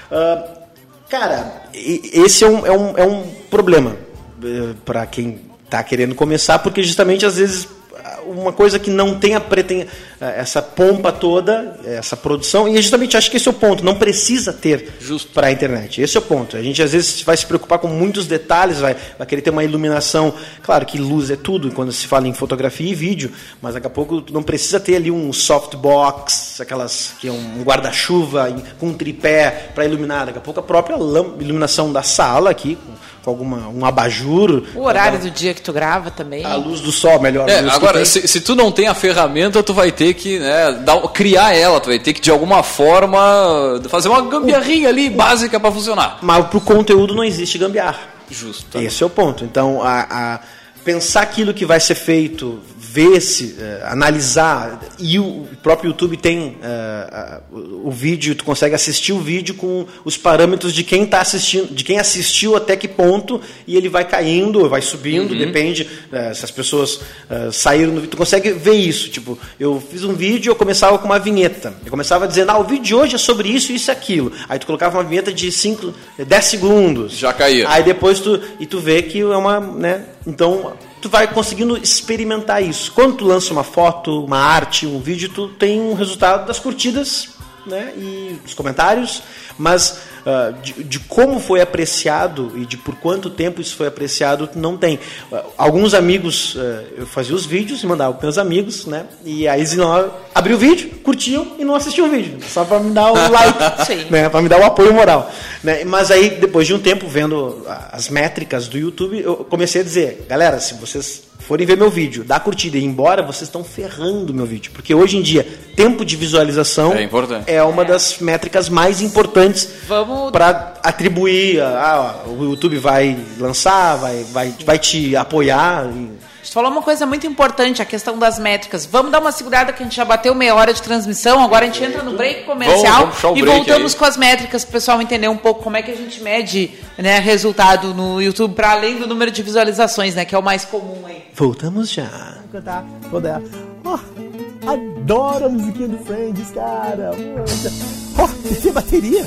Cara, esse é um problema para quem está querendo começar, porque justamente às vezes uma coisa que não tem essa pompa toda, essa produção, e justamente acho que esse é o ponto, não precisa ter para a internet, esse é o ponto. A gente às vezes vai se preocupar com muitos detalhes, vai querer ter uma iluminação, claro que luz é tudo quando se fala em fotografia e vídeo, mas daqui a pouco não precisa ter ali um softbox, aquelas que é um guarda-chuva com um tripé para iluminar, daqui a pouco a própria iluminação da sala aqui, com um abajur. O horário do dia que tu grava também. A luz do sol, melhor. Agora, se tu não tem a ferramenta, tu vai ter que criar ela, tu vai ter que de alguma forma fazer uma gambiarrinha ali básica para funcionar. Mas pro conteúdo não existe gambiarra. Justo. Esse é o ponto. Então, pensar aquilo que vai ser feito, ver-se, analisar, e o próprio YouTube tem o vídeo, tu consegue assistir o vídeo com os parâmetros de quem está assistindo, de quem assistiu até que ponto, e ele vai caindo, vai subindo, depende se as pessoas saíram do vídeo, tu consegue ver isso. Tipo, eu fiz um vídeo, eu começava com uma vinheta, eu começava dizendo, o vídeo de hoje é sobre isso, isso e aquilo, aí tu colocava uma vinheta de 10 segundos, já caía, aí depois tu vê que é uma, né, então tu vai conseguindo experimentar isso. Quando tu lança uma foto, uma arte, um vídeo, tu tem um resultado das curtidas, né, e dos comentários, mas de como foi apreciado e de por quanto tempo isso foi apreciado, não tem. Alguns amigos, eu fazia os vídeos e mandava para meus amigos, né, e aí eles abriam o vídeo, curtiam e não assistiam o vídeo, só para me dar o like, né, para me dar o apoio moral, né. Mas aí, depois de um tempo vendo as métricas do YouTube, eu comecei a dizer, galera, se vocês forem ver meu vídeo, dá curtida e ir embora, vocês estão ferrando meu vídeo. Porque hoje em dia, tempo de visualização é uma das métricas mais importantes para atribuir. O YouTube vai lançar, vai te apoiar. Você falou uma coisa muito importante, a questão das métricas. Vamos dar uma segurada que a gente já bateu meia hora de transmissão, agora a gente entra no break comercial e voltamos com as métricas para o pessoal entender um pouco como é que a gente mede, né, resultado no YouTube, para além do número de visualizações, né, que é o mais comum aí. Voltamos já. Cantar toda. Adoro a musiquinha do Friends, cara. E tem bateria.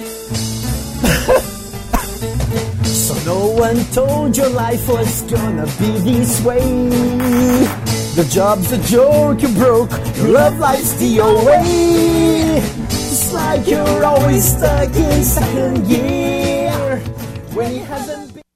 So no one told your life was gonna be this way. The job's a joke, you broke. Your love life's the old way. It's like you're always stuck in second gear when it hasn't been.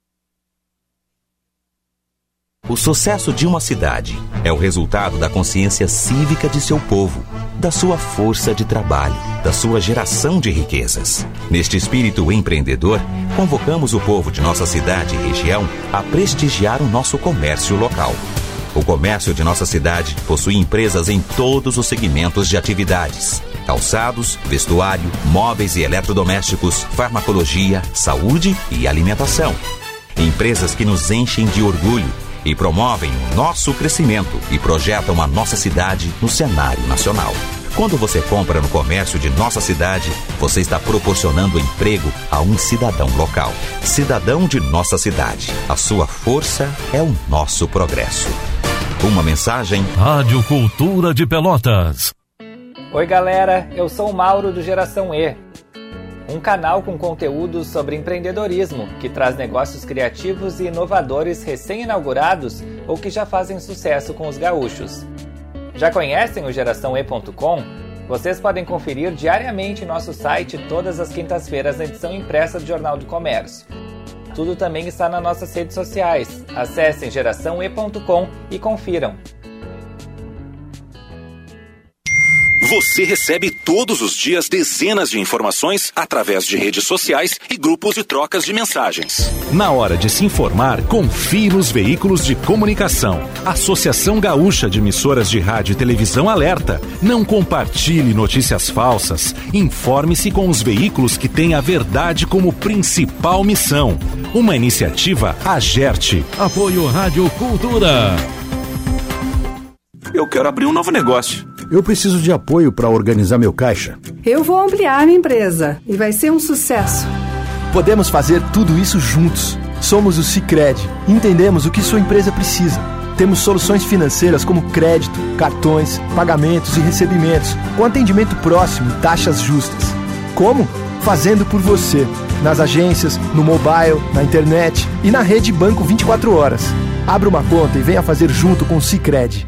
O sucesso de uma cidade é o resultado da consciência cívica de seu povo, da sua força de trabalho, da sua geração de riquezas. Neste espírito empreendedor, convocamos o povo de nossa cidade e região a prestigiar o nosso comércio local. O comércio de nossa cidade possui empresas em todos os segmentos de atividades: calçados, vestuário, móveis e eletrodomésticos, farmacologia, saúde e alimentação. Empresas que nos enchem de orgulho e promovem o nosso crescimento e projetam a nossa cidade no cenário nacional. Quando você compra no comércio de nossa cidade, você está proporcionando emprego a um cidadão local. Cidadão de nossa cidade. A sua força é o nosso progresso. Uma mensagem... Rádio Cultura de Pelotas. Oi galera, eu sou o Mauro do Geração E. Um canal com conteúdos sobre empreendedorismo, que traz negócios criativos e inovadores recém-inaugurados ou que já fazem sucesso com os gaúchos. Já conhecem o GeraçãoE.com? Vocês podem conferir diariamente em nosso site todas as quintas-feiras na edição impressa do Jornal do Comércio. Tudo também está nas nossas redes sociais. Acessem geraçãoe.com e confiram. Você recebe todos os dias dezenas de informações através de redes sociais e grupos de trocas de mensagens. Na hora de se informar, confie nos veículos de comunicação. Associação Gaúcha de Emissoras de Rádio e Televisão alerta. Não compartilhe notícias falsas. Informe-se com os veículos que têm a verdade como principal missão. Uma iniciativa Agerte. Apoio Rádio Cultura. Eu quero abrir um novo negócio. Eu preciso de apoio para organizar meu caixa. Eu vou ampliar minha empresa e vai ser um sucesso. Podemos fazer tudo isso juntos. Somos o Sicredi. Entendemos o que sua empresa precisa. Temos soluções financeiras como crédito, cartões, pagamentos e recebimentos, com atendimento próximo e taxas justas. Como? Fazendo por você. Nas agências, no mobile, na internet e na rede Banco 24 horas. Abra uma conta e venha fazer junto com o Sicredi.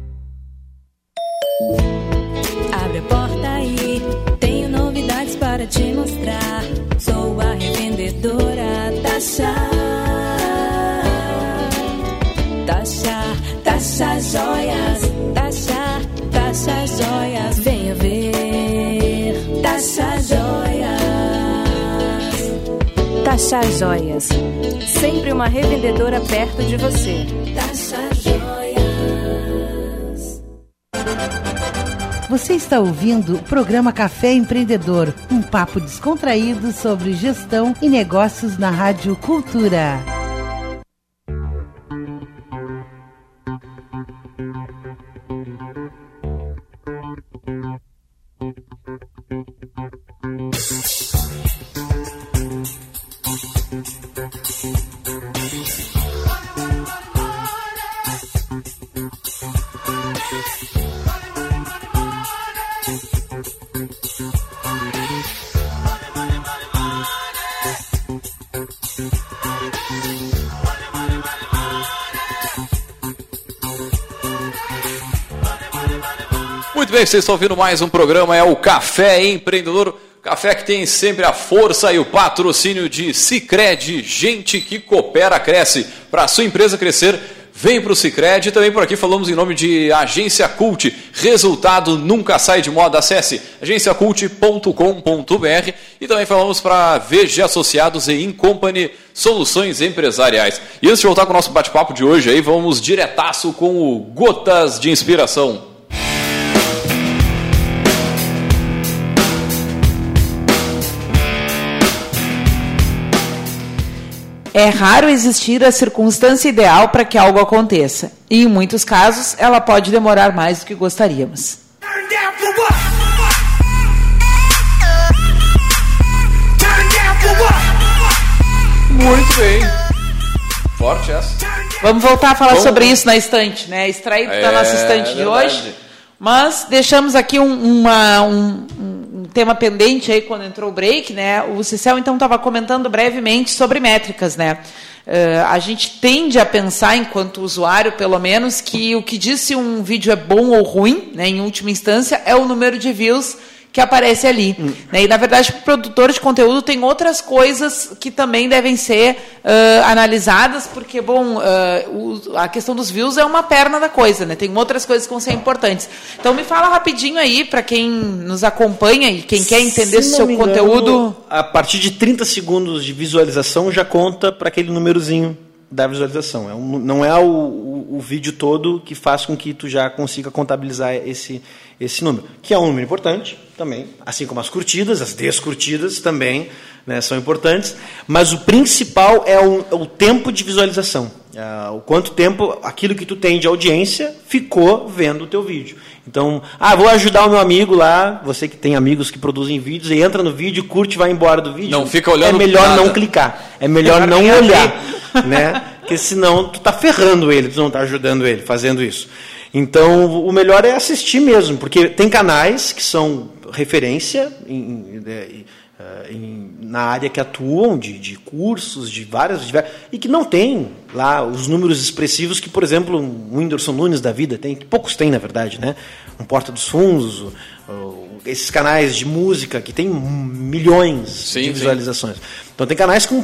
Abre a porta aí, tenho novidades para te mostrar. Sou a revendedora Tasha. Tasha Joias, Tasha Joias, venha ver. Tasha Joias. Tasha Joias, sempre uma revendedora perto de você. Tasha Joias. Você está ouvindo o programa Café Empreendedor, um papo descontraído sobre gestão e negócios na Rádio Cultura. Muito bem, vocês estão ouvindo mais um programa, é o Café Empreendedor, café que tem sempre a força e o patrocínio de Sicredi, gente que coopera, cresce. Para a sua empresa crescer, vem para o Sicredi. E também por aqui falamos em nome de Agência Cult, resultado nunca sai de moda. Acesse agenciacult.com.br e também falamos para VG Associados e Incompany Soluções Empresariais. E antes de voltar com o nosso bate-papo de hoje, aí vamos diretaço com o Gotas de Inspiração. É raro existir a circunstância ideal para que algo aconteça. E, em muitos casos, ela pode demorar mais do que gostaríamos. Muito bem. Forte essa. Vamos voltar a falar sobre isso na estante, né? Extraído da nossa estante de hoje. Mas deixamos aqui um tema pendente aí quando entrou o break, né? O Cicel, então, estava comentando brevemente sobre métricas, né? A gente tende a pensar, enquanto usuário, pelo menos, que o que diz se um vídeo é bom ou ruim, né, em última instância, é o número de views que aparece ali. Né? E, na verdade, o produtor de conteúdo tem outras coisas que também devem ser analisadas, porque, bom, a questão dos views é uma perna da coisa, né? Tem outras coisas que vão ser importantes. Então, me fala rapidinho aí, para quem nos acompanha e quem quer entender o seu conteúdo. A partir de 30 segundos de visualização já conta para aquele númerozinho da visualização. Não é o vídeo todo que faz com que tu já consiga contabilizar esse número, que é um número importante também, assim como as curtidas, as descurtidas também, né, são importantes, mas o principal é o tempo de visualização, o quanto tempo aquilo que tu tem de audiência ficou vendo o teu vídeo. Então, vou ajudar o meu amigo lá, você que tem amigos que produzem vídeos, e entra no vídeo, curte e vai embora do vídeo. Não fica olhando. É melhor nada. Não clicar, é melhor não olhar, né? Porque senão tu tá ferrando ele, tu não tá ajudando ele fazendo isso. Então, o melhor é assistir mesmo, porque tem canais que são referência na área que atuam, de cursos, de várias, e que não tem lá os números expressivos que, por exemplo, um Whindersson Nunes da vida tem, que poucos têm, na verdade, né? Um Porta dos Fundos, o esses canais de música que tem milhões de visualizações. Então tem canais com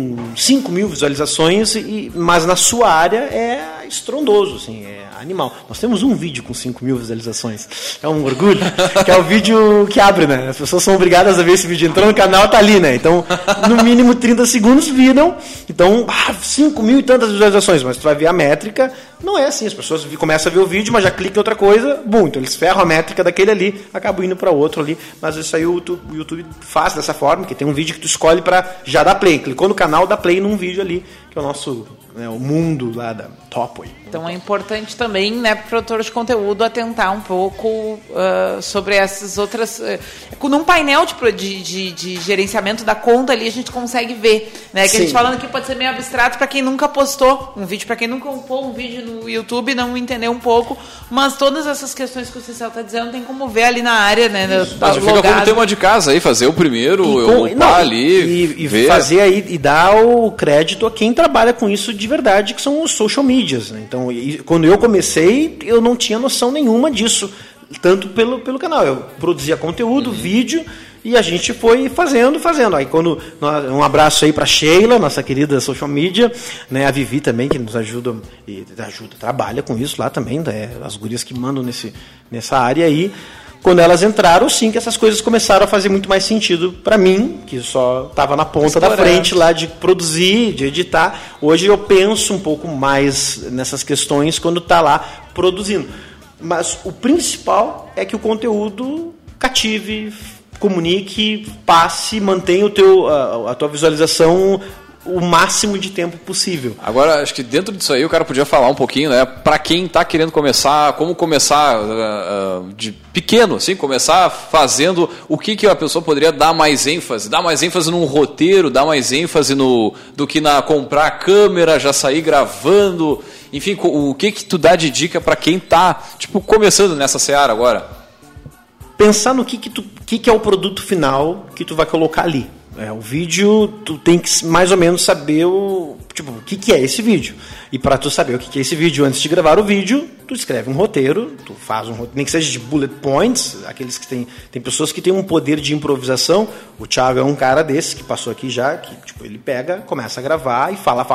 5 mil visualizações, mas na sua área é estrondoso, assim, é animal. Nós temos um vídeo com 5 mil visualizações. É um orgulho, que é o vídeo que abre, né? As pessoas são obrigadas a ver esse vídeo. Entrou no canal, tá ali, né? Então, no mínimo 30 segundos viram. Então, 5 mil e tantas visualizações. Mas tu vai ver a métrica, não é assim. As pessoas começam a ver o vídeo, mas já clicam em outra coisa, bum. Então eles ferram a métrica daquele ali, acabam indo para outro ali. Mas isso aí o YouTube faz dessa forma, que tem um vídeo que tu escolhe para já dar play. Clicou no canal, dá play num vídeo ali, que é o nosso, né, o mundo lá da Topway. Então é importante também, né, para o produtor de conteúdo atentar um pouco sobre essas outras... num painel de gerenciamento da conta ali, a gente consegue ver, né? Que a gente falando aqui pode ser meio abstrato para quem nunca postou um vídeo, para quem nunca upou um vídeo no YouTube, não entendeu um pouco, mas todas essas questões que o Cecil está dizendo tem como ver ali na área, né? Mas fica como tema de casa aí, fazer o primeiro, upar ali, e fazer aí, e dar o crédito a quem trabalha com isso de verdade, que são os social medias, né? Então, quando eu comecei, eu não tinha noção nenhuma disso, tanto pelo canal. Eu produzia conteúdo, vídeo, e a gente foi fazendo. Aí um abraço aí para Sheila, nossa querida social media, né, a Vivi também, que nos ajuda, trabalha com isso lá também, né, as gurias que mandam nessa área aí. Quando elas entraram, sim, que essas coisas começaram a fazer muito mais sentido para mim, que só estava na ponta da frente lá de produzir, de editar. Hoje eu penso um pouco mais nessas questões quando está lá produzindo. Mas o principal é que o conteúdo cative, comunique, passe, mantenha a tua visualização o máximo de tempo possível. Agora, acho que dentro disso aí o cara podia falar um pouquinho, né? Para quem está querendo começar, como começar de pequeno, assim, começar fazendo o que a pessoa poderia dar mais ênfase. Dar mais ênfase num roteiro, dar mais ênfase do que na comprar a câmera, já sair gravando. Enfim, o que tu dá de dica para quem está, tipo, começando nessa seara agora? Pensar no que é o produto final que tu vai colocar ali. O vídeo, tu tem que mais ou menos saber o que é esse vídeo. E para tu saber o que é esse vídeo antes de gravar o vídeo, tu escreve um roteiro, tu faz um roteiro, nem que seja de bullet points, aqueles que tem pessoas que têm um poder de improvisação. O Thiago é um cara desses que passou aqui já, que ele pega, começa a gravar e fala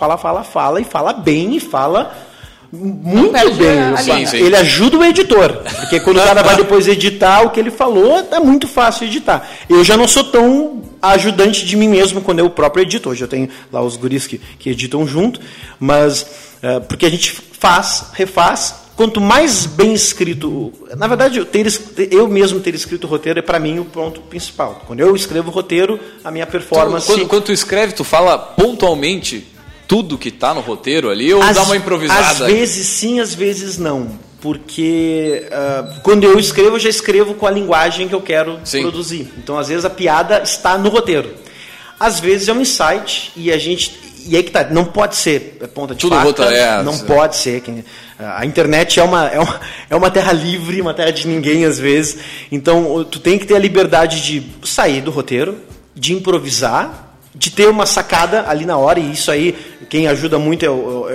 e fala bem e fala muito bem. Sim. Ele ajuda o editor, porque quando o cara vai depois editar o que ele falou, é muito fácil editar. Eu já não sou tão ajudante de mim mesmo quando eu próprio edito. Hoje eu tenho lá os guris que editam junto, mas porque a gente refaz. Quanto mais bem escrito, na verdade eu mesmo ter escrito o roteiro é para mim o ponto principal. Quando eu escrevo o roteiro, a minha performance... Quando tu escreve, tu fala pontualmente tudo que está no roteiro ali, ou dá uma improvisada? Às vezes sim, às vezes não. Porque quando eu escrevo, eu já escrevo com a linguagem que eu quero produzir. Então, às vezes, a piada está no roteiro. Às vezes é um insight e aí que tá, não pode ser ponta de tudo faca, não pode ser. A internet é uma terra livre, uma terra de ninguém, às vezes. Então, tu tem que ter a liberdade de sair do roteiro, de improvisar, de ter uma sacada ali na hora, e isso aí, quem ajuda muito é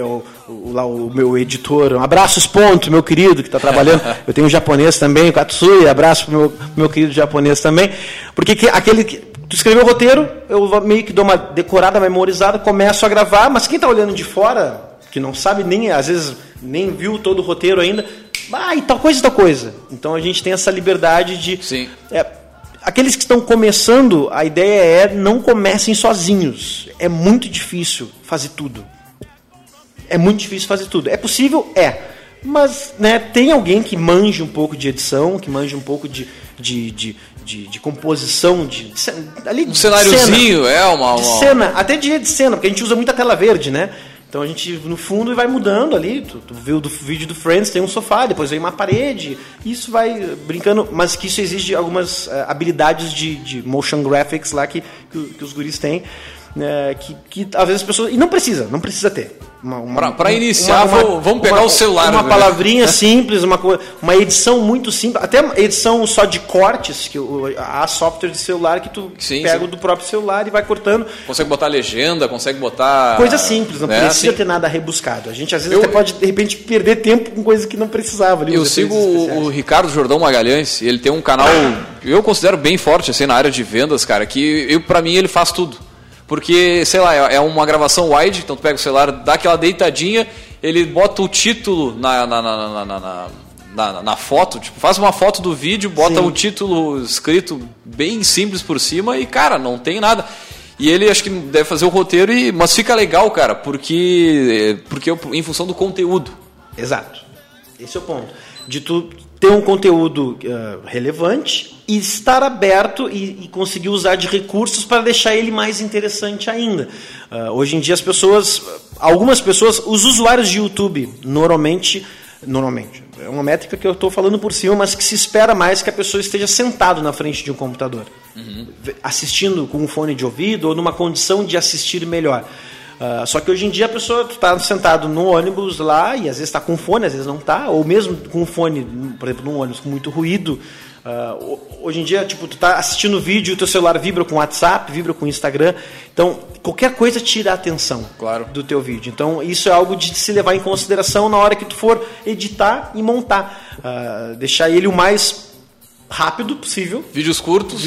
o meu editor. Um abraço, Ponto, meu querido, que está trabalhando. Eu tenho um japonês também, o Katsui, abraço pro meu querido japonês também. Porque tu escreveu o roteiro, eu meio que dou uma decorada, memorizada, começo a gravar, mas quem está olhando de fora, que não sabe nem, às vezes, nem viu todo o roteiro ainda, e tal coisa. Então a gente tem essa liberdade de... Sim. Aqueles que estão começando, a ideia é não comecem sozinhos. É muito difícil fazer tudo. É possível? É. Mas, né, tem alguém que manje um pouco de edição, que manje um pouco de composição, de cenáriozinho, de cena, até de cena, porque a gente usa muita tela verde, né? Então a gente, no fundo, vai mudando ali. Tu viu do vídeo do Friends, tem um sofá, depois vem uma parede. Isso vai brincando, mas que isso exige algumas habilidades de motion graphics lá que os guris têm. Que às vezes as pessoas... E não precisa ter. Para iniciar, vamos pegar o celular. Uma palavrinha simples, uma edição muito simples, até uma edição só de cortes, que há software de celular que tu pega do próprio celular e vai cortando. Consegue botar legenda, consegue botar... Coisa simples, não precisa ter nada rebuscado. A gente às vezes até pode, de repente, perder tempo com coisas que não precisava. Ali, eu sigo o Ricardo Jordão Magalhães, ele tem um canal, eu considero bem forte assim, na área de vendas, cara, que para mim ele faz tudo. Porque, sei lá, é uma gravação wide, então tu pega o celular, dá aquela deitadinha, ele bota o título na foto, tipo, faz uma foto do vídeo, bota o título escrito bem simples por cima e, cara, não tem nada. E ele acho que deve fazer o roteiro, mas fica legal, cara, porque em função do conteúdo. Exato. Esse é o ponto. De tu ter um conteúdo relevante e estar aberto e conseguir usar de recursos para deixar ele mais interessante ainda. Hoje em dia algumas pessoas, os usuários de YouTube, normalmente, é uma métrica que eu estou falando por cima, mas que se espera mais que a pessoa esteja sentado na frente de um computador, assistindo com um fone de ouvido ou numa condição de assistir melhor. Só que hoje em dia a pessoa está sentado no ônibus lá e às vezes está com fone, às vezes não está, ou mesmo com fone, por exemplo, num ônibus com muito ruído. Hoje em dia, tipo, tu está assistindo vídeo, o teu celular vibra com WhatsApp, vibra com Instagram. Então, qualquer coisa tira a atenção do teu vídeo. Então, isso é algo de se levar em consideração na hora que tu for editar e montar. Deixar ele o mais rápido possível. Vídeos curtos,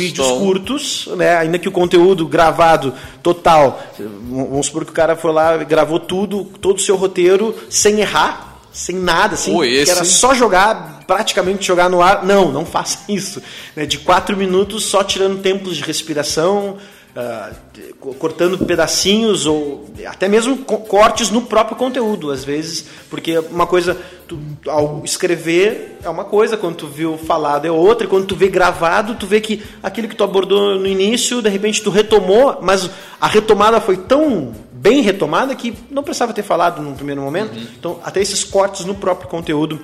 né? Ainda que o conteúdo gravado total, vamos supor que o cara foi lá, gravou todo o seu roteiro sem errar, sem nada, assim, que era só praticamente jogar no ar. Não faça isso, né? De 4 minutos só tirando tempos de respiração, cortando pedacinhos ou até mesmo cortes no próprio conteúdo, às vezes, porque uma coisa, ao escrever é uma coisa, quando tu viu falado é outra, e quando tu vê gravado, tu vê que aquilo que tu abordou no início, de repente tu retomou, mas a retomada foi tão bem retomada que não precisava ter falado no primeiro momento. Então, até esses cortes no próprio conteúdo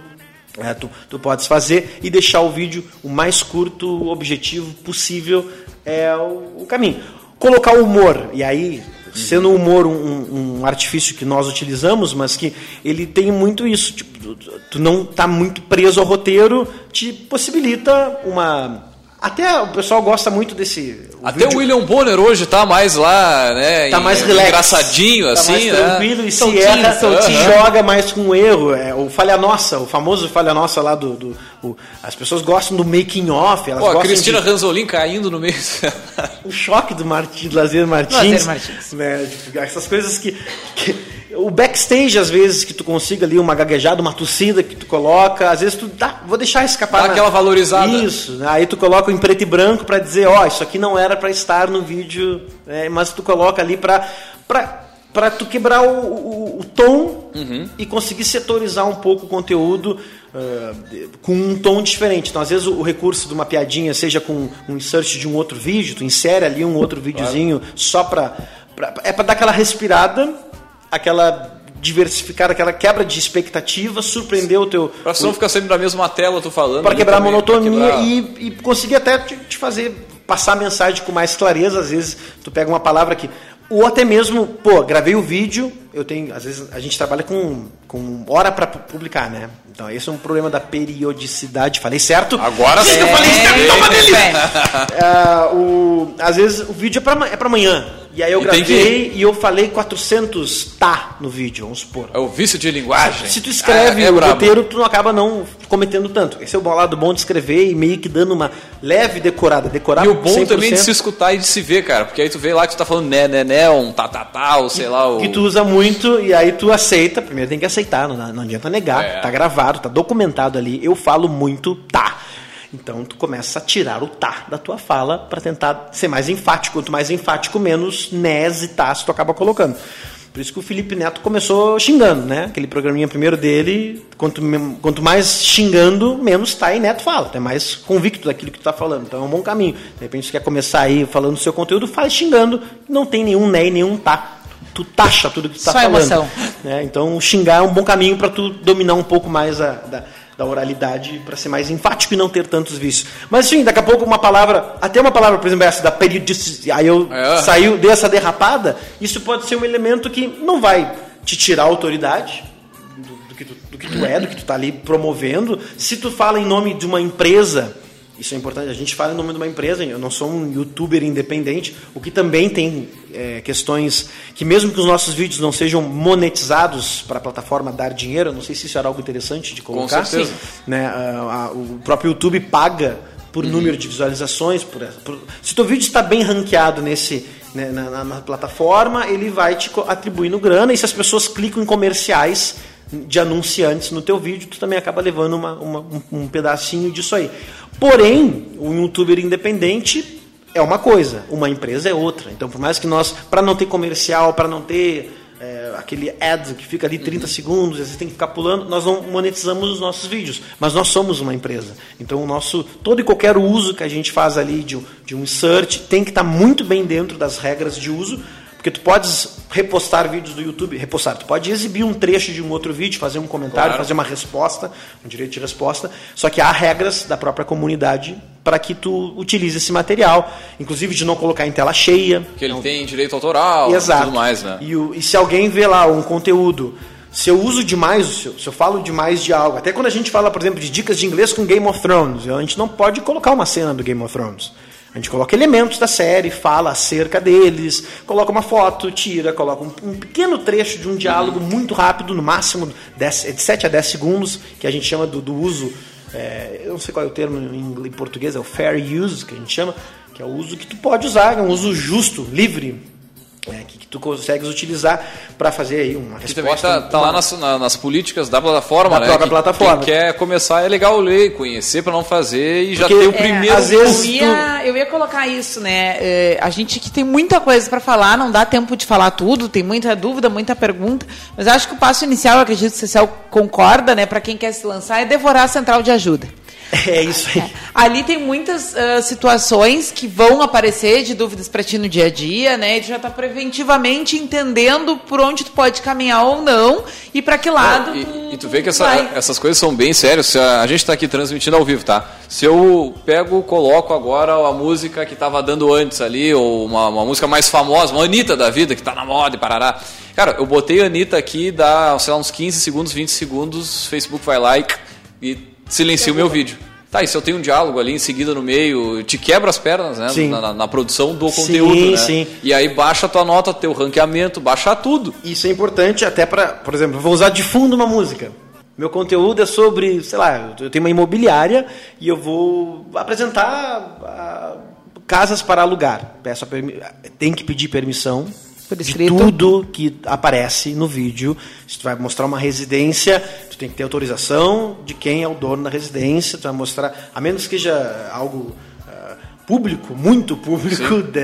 tu podes fazer e deixar o vídeo o mais curto, objetivo possível é o caminho. Colocar o humor, e aí, sendo o humor um artifício que nós utilizamos, mas que ele tem muito isso, tipo, tu não tá muito preso ao roteiro, te possibilita até o pessoal gosta muito desse... Até o William Bonner hoje tá mais lá, né? Tá mais relax, engraçadinho, assim, mais tranquilo, né? E se erra, joga mais com erro. O Falha Nossa, o famoso Falha Nossa lá as pessoas gostam do making off. Elas gostam a Cristina Ranzolin caindo no meio. O choque do Lazer Martins. Né? Essas coisas que o backstage, às vezes, que tu consiga ali uma gaguejada, uma tossida que tu coloca, às vezes tu vou deixar escapar. Dá aquela valorizada. Isso, né? Aí tu coloca em preto e branco para dizer, isso aqui não era para estar no vídeo, né? Mas tu coloca ali para tu quebrar o tom e conseguir setorizar um pouco o conteúdo com um tom diferente. Então, às vezes, o recurso de uma piadinha, seja com um insert de um outro vídeo, tu insere ali um outro videozinho só para dar aquela respirada, aquela diversificar, aquela quebra de expectativa, surpreender o teu... Pra não ficar sempre na mesma tela, tu falando. Para quebrar também, a monotonia e conseguir até te fazer passar a mensagem com mais clareza. Às vezes tu pega uma palavra que... Ou até mesmo, gravei o vídeo, às vezes a gente trabalha com hora para publicar, né? Então esse é um problema da periodicidade. Falei certo? Agora sim. Eu falei certo, toma delícia! Às vezes o vídeo é para amanhã. E aí eu gravei e eu falei 400 no vídeo, vamos supor. É o vício de linguagem. Se tu escreve o roteiro, tu não acaba não cometendo tanto. Esse é o lado bom de escrever e meio que dando uma leve decorada. Decorar e o bom 100%. Também de se escutar e de se ver, cara. Porque aí tu vê lá que tu tá falando né, um ou sei lá. Que tu usa muito e aí tu aceita. Primeiro tem que aceitar, não adianta negar. Tá gravado, tá documentado ali. Eu falo muito Então tu começa a tirar o da tua fala para tentar ser mais enfático. Quanto mais enfático, menos nés e tu acaba colocando. Por isso que o Felipe Neto começou xingando, né? Aquele programinha primeiro dele, quanto mais xingando, menos e Neto fala. Tu é mais convicto daquilo que tu tá falando. Então é um bom caminho. De repente tu quer começar aí falando o seu conteúdo, faz xingando. Não tem nenhum né e nenhum Tu taxa tudo que tu tá falando. Emoção. Né? Então xingar é um bom caminho para tu dominar um pouco mais da oralidade, para ser mais enfático e não ter tantos vícios. Mas sim, daqui a pouco até uma palavra, por exemplo, essa da periodicidade, aí eu dei essa derrapada, isso pode ser um elemento que não vai te tirar a autoridade do que tu é, do que tu tá ali promovendo. Se tu fala em nome de uma empresa, isso é importante, a gente fala em nome de uma empresa, eu não sou um youtuber independente, o que também tem questões que mesmo que os nossos vídeos não sejam monetizados para a plataforma dar dinheiro, eu não sei se isso era algo interessante de colocar. Com certeza. Né, o próprio YouTube paga por número de visualizações, se teu vídeo está bem ranqueado na plataforma, ele vai te atribuindo grana, e se as pessoas clicam em comerciais de anunciantes no teu vídeo, tu também acaba levando um pedacinho disso aí. Porém, o youtuber independente é uma coisa, uma empresa é outra. Então, por mais que para não ter comercial, para não ter aquele ad que fica ali 30 segundos, você tem que ficar pulando, nós não monetizamos os nossos vídeos, mas nós somos uma empresa. Então, todo e qualquer uso que a gente faz ali de um insert tem que estar muito bem dentro das regras de uso, porque tu podes repostar vídeos do YouTube, tu pode exibir um trecho de um outro vídeo, fazer um comentário, fazer uma resposta, um direito de resposta, só que há regras da própria comunidade para que tu utilize esse material, inclusive de não colocar em tela cheia. Que ele tem direito autoral e tudo mais, né? E se alguém vê lá um conteúdo, se eu uso demais, se eu falo demais de algo, até quando a gente fala, por exemplo, de dicas de inglês com Game of Thrones, a gente não pode colocar uma cena do Game of Thrones. A gente coloca elementos da série, fala acerca deles, coloca uma foto, coloca um pequeno trecho de um diálogo muito rápido, no máximo de 7 a 10 segundos, que a gente chama do uso, eu não sei qual é o termo em português, é o fair use, que a gente chama, que é o uso que tu pode usar, é um uso justo, livre, que tu consegues utilizar para fazer aí uma resposta. Que também tá lá nas políticas da plataforma, da própria plataforma. Quem quer começar é legal ler, conhecer para não fazer e já ter o primeiro. Às vezes eu ia colocar isso, né? A gente que tem muita coisa para falar, não dá tempo de falar tudo, tem muita dúvida, muita pergunta, mas acho que o passo inicial, eu acredito que o Cecel concorda, né? Para quem quer se lançar, é devorar a central de ajuda. É isso aí. Ali tem muitas situações que vão aparecer de dúvidas para ti no dia a dia, né? E tu já está preventivamente entendendo por onde tu pode caminhar ou não e para que lado e tu vê que essas coisas são bem sérias. A gente está aqui transmitindo ao vivo, tá? Se eu coloco agora a música que estava dando antes ali, ou uma música mais famosa, uma Anitta da vida, que está na moda e parará. Cara, eu botei a Anitta aqui, dá, sei lá, uns 15 segundos, 20 segundos, Facebook vai lá e silencia o meu vídeo. Tá, e se eu tenho um diálogo ali em seguida no meio, te quebra as pernas, né? Na produção do conteúdo, né? Sim. E aí baixa a tua nota, teu ranqueamento, baixa tudo. Isso é importante até para, por exemplo, eu vou usar de fundo uma música. Meu conteúdo é sobre, sei lá, eu tenho uma imobiliária e eu vou apresentar casas para alugar. Tem que pedir permissão de tudo que aparece no vídeo. Se tu vai mostrar uma residência, tu tem que ter autorização de quem é o dono da residência. Tu vai mostrar, a menos que seja algo público, muito público,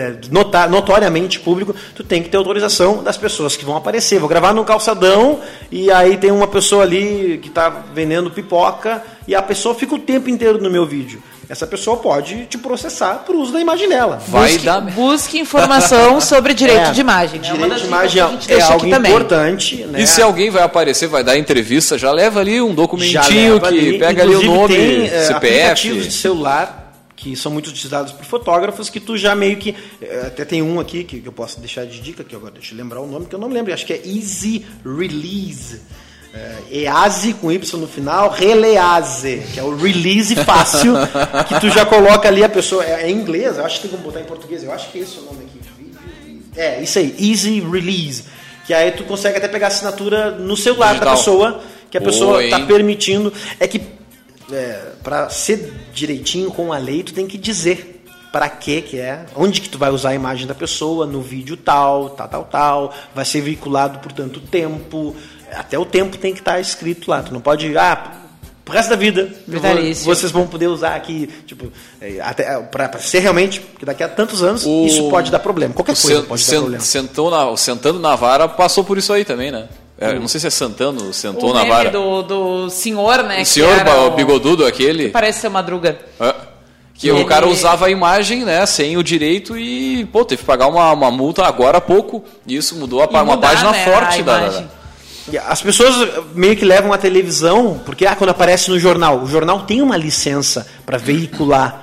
notoriamente público, tu tem que ter autorização das pessoas que vão aparecer. Vou gravar no calçadão e aí tem uma pessoa ali que está vendendo pipoca e a pessoa fica o tempo inteiro no meu vídeo. Essa pessoa pode te processar por uso da imagem dela. Busque informação sobre direito de imagem. Direito de imagem é algo importante. Né? E se alguém vai aparecer, vai dar entrevista, já leva ali um documentinho que pega ali o nome, tem, CPF. Aplicativos de celular que são muito utilizados por fotógrafos, que tu já meio que... Até tem um aqui que eu posso deixar de dica, que agora deixa eu lembrar o nome, que eu não me lembro, acho que é Easy Release. EASE com Y no final, Release, que é o release fácil, que tu já coloca ali a pessoa, é em inglês, eu acho que tem como botar em português, eu acho que é esse o nome aqui. Isso aí, Easy Release, que aí tu consegue até pegar a assinatura no celular da pessoa, que a pessoa está permitindo. É que para ser direitinho com a lei, tu tem que dizer para que é, onde que tu vai usar a imagem da pessoa, no vídeo tal, vai ser veiculado por tanto tempo, até o tempo tem que estar escrito lá, tu não pode, pro resto da vida, vocês vão poder usar aqui, tipo, até para ser realmente, porque daqui a tantos anos isso pode dar problema, qualquer coisa pode dar problema. Sentando na vara passou por isso aí também, né? Eu não sei se é sentou na vara. Do senhor, né? O senhor, o bigodudo aquele. Que parece ser Madruga. Que o cara usava a imagem, né, sem o direito e, teve que pagar uma multa agora há pouco. E isso mudou uma página forte da... As pessoas meio que levam a televisão, porque quando aparece no jornal, o jornal tem uma licença para veicular,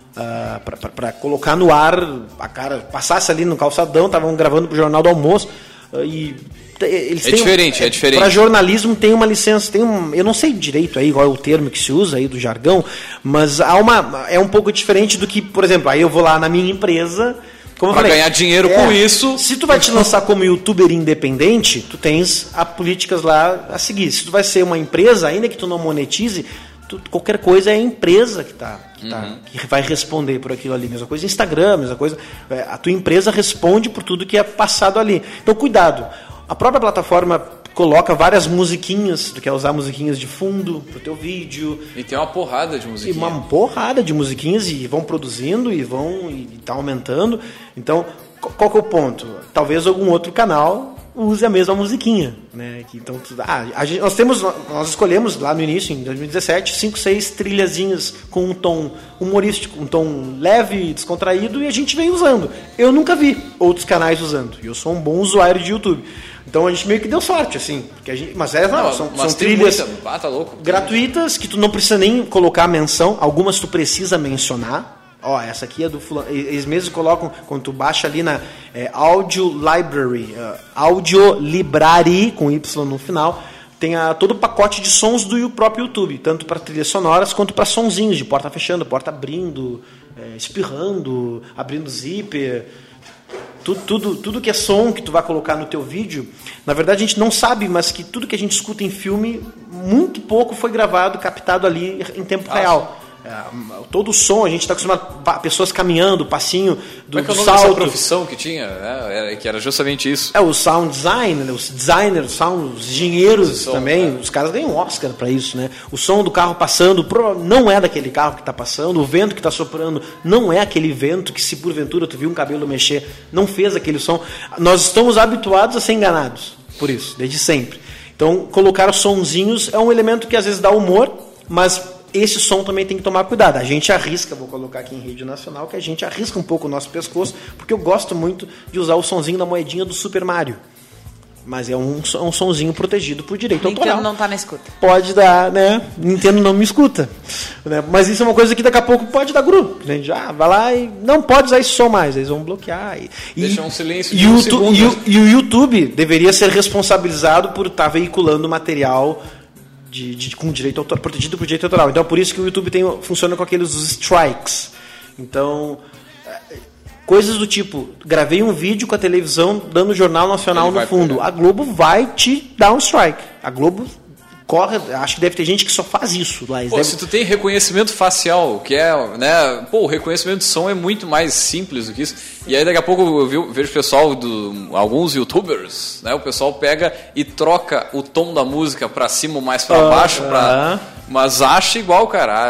para colocar no ar, passasse ali no calçadão, estavam gravando pro Jornal do Almoço, e eles é diferente. Para jornalismo tem uma licença, eu não sei direito aí qual é o termo que se usa aí do jargão, mas é um pouco diferente do que, por exemplo, aí eu vou lá na minha empresa, para ganhar dinheiro com isso. Se tu vai te lançar como youtuber independente, tu tens políticas lá a seguir. Se tu vai ser uma empresa, ainda que tu não monetize, qualquer coisa é a empresa que vai responder por aquilo ali. Mesma coisa Instagram, mesma coisa. A tua empresa responde por tudo que é passado ali. Então, cuidado. A própria plataforma coloca várias musiquinhas, tu quer usar musiquinhas de fundo pro teu vídeo. E tem uma porrada de musiquinhas. E uma porrada de musiquinhas e vão produzindo e tá aumentando. Então, qual que é o ponto? Talvez algum outro canal use a mesma musiquinha, né? Então, nós escolhemos lá no início, em 2017, 5, 6 trilhazinhas com um tom humorístico, um tom leve, descontraído, e a gente vem usando. Eu nunca vi outros canais usando, e eu sou um bom usuário de YouTube. Então a gente meio que deu sorte, assim. São trilhas gratuitas que tu não precisa nem colocar menção, algumas tu precisa mencionar. Essa aqui é do fulano. Eles mesmos colocam, quando tu baixa ali na Audio Library, Audio Library, com Y no final, tem todo o pacote de sons do próprio YouTube, tanto para trilhas sonoras quanto para sonzinhos, de porta fechando, porta abrindo, espirrando, abrindo zíper. Tudo que é som que tu vai colocar no teu vídeo, na verdade a gente não sabe, mas que tudo que a gente escuta em filme, muito pouco foi gravado, captado ali em tempo real. Todo o som, a gente está acostumado a pessoas caminhando, passinho do salto. Qual é o nome dessa profissão que tinha? Que era justamente isso. O sound design, os designers, os engenheiros também, os caras ganham um Oscar para isso, né? O som do carro passando não é daquele carro que está passando, o vento que está soprando não é aquele vento que, se porventura tu viu um cabelo mexer, não fez aquele som. Nós estamos habituados a ser enganados por isso, desde sempre. Então, colocar os sonzinhos é um elemento que às vezes dá humor, mas esse som também tem que tomar cuidado. A gente arrisca, vou colocar aqui em rede nacional, que a gente arrisca um pouco o nosso pescoço, porque eu gosto muito de usar o sonzinho da moedinha do Super Mario. Mas é um sonzinho protegido por direito autoral. Nintendo não está na escuta. Pode dar, né? Nintendo não me escuta. Né? Mas isso é uma coisa que daqui a pouco pode dar grupo. A gente vai lá e não pode usar esse som mais. Eles vão bloquear. Deixa um silêncio de um segundo. E o YouTube deveria ser responsabilizado por estar veiculando material com direito autoral, protegido por direito autoral. Então é por isso que o YouTube funciona com aqueles strikes. Então, coisas do tipo, gravei um vídeo com a televisão dando o Jornal Nacional no fundo. A Globo vai te dar um strike. A Globo corre, acho que deve ter gente que só faz isso lá. Se tu tem reconhecimento facial, que é, né, o reconhecimento de som é muito mais simples do que isso. E aí daqui a pouco eu vejo o pessoal, alguns youtubers, né, o pessoal pega e troca o tom da música pra cima ou mais pra baixo, mas acha igual, cara.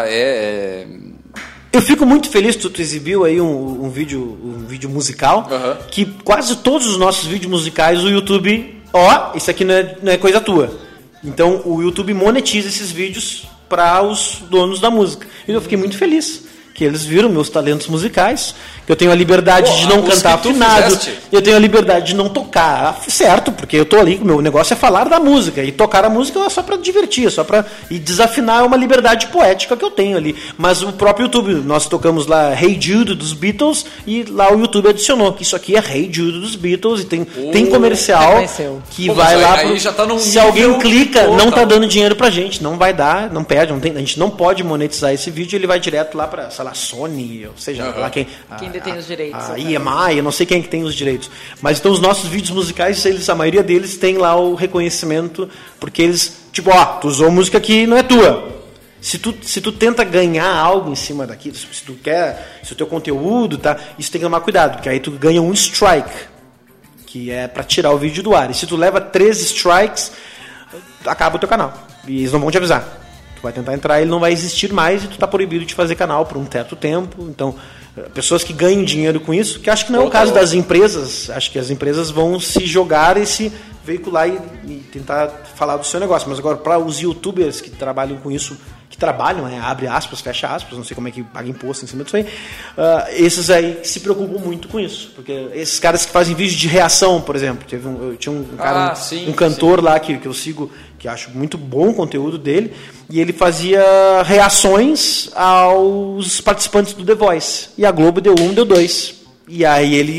Eu fico muito feliz que tu exibiu aí um vídeo musical, que quase todos os nossos vídeos musicais o YouTube, isso aqui não é coisa tua. Então o YouTube monetiza esses vídeos para os donos da música. E eu fiquei muito feliz que eles viram meus talentos musicais, que eu tenho a liberdade de não cantar afinado, eu tenho a liberdade de não tocar certo, porque eu tô ali, o meu negócio é falar da música, e tocar a música é só para divertir, e desafinar é uma liberdade poética que eu tenho ali. Mas o próprio YouTube, nós tocamos lá Hey Jude dos Beatles, e lá o YouTube adicionou que isso aqui é Hey Jude dos Beatles, e tem comercial que vai lá já tá num se alguém clica, não tá dando dinheiro pra gente, não vai dar, não perde, a gente não pode monetizar esse vídeo, ele vai direto lá pra, sei lá, Sony, ou seja, lá quem detém os direitos. A EMI, eu não sei quem é que tem os direitos. Mas então os nossos vídeos musicais, a maioria deles tem lá o reconhecimento, porque eles, tipo, tu usou música que não é tua. Se tu tenta ganhar algo em cima daquilo, se o teu conteúdo, isso tem que tomar cuidado, porque aí tu ganha um strike, que é pra tirar o vídeo do ar. E se tu leva 13 strikes, acaba o teu canal. E eles não vão te avisar. Tu vai tentar entrar, ele não vai existir mais e tu tá proibido de fazer canal por um certo tempo. Então, pessoas que ganham dinheiro com isso, que acho que não é o caso das empresas, acho que as empresas vão se jogar e se veicular e tentar falar do seu negócio. Mas agora, para os youtubers que trabalham com isso, abre aspas, fecha aspas, não sei como é que paga imposto em cima disso aí, esses aí se preocupam muito com isso, porque esses caras que fazem vídeo de reação, por exemplo, eu tinha um cara, um cantor lá que eu sigo, que acho muito bom o conteúdo dele, e ele fazia reações aos participantes do The Voice, e a Globo deu 1, deu 2, e aí ele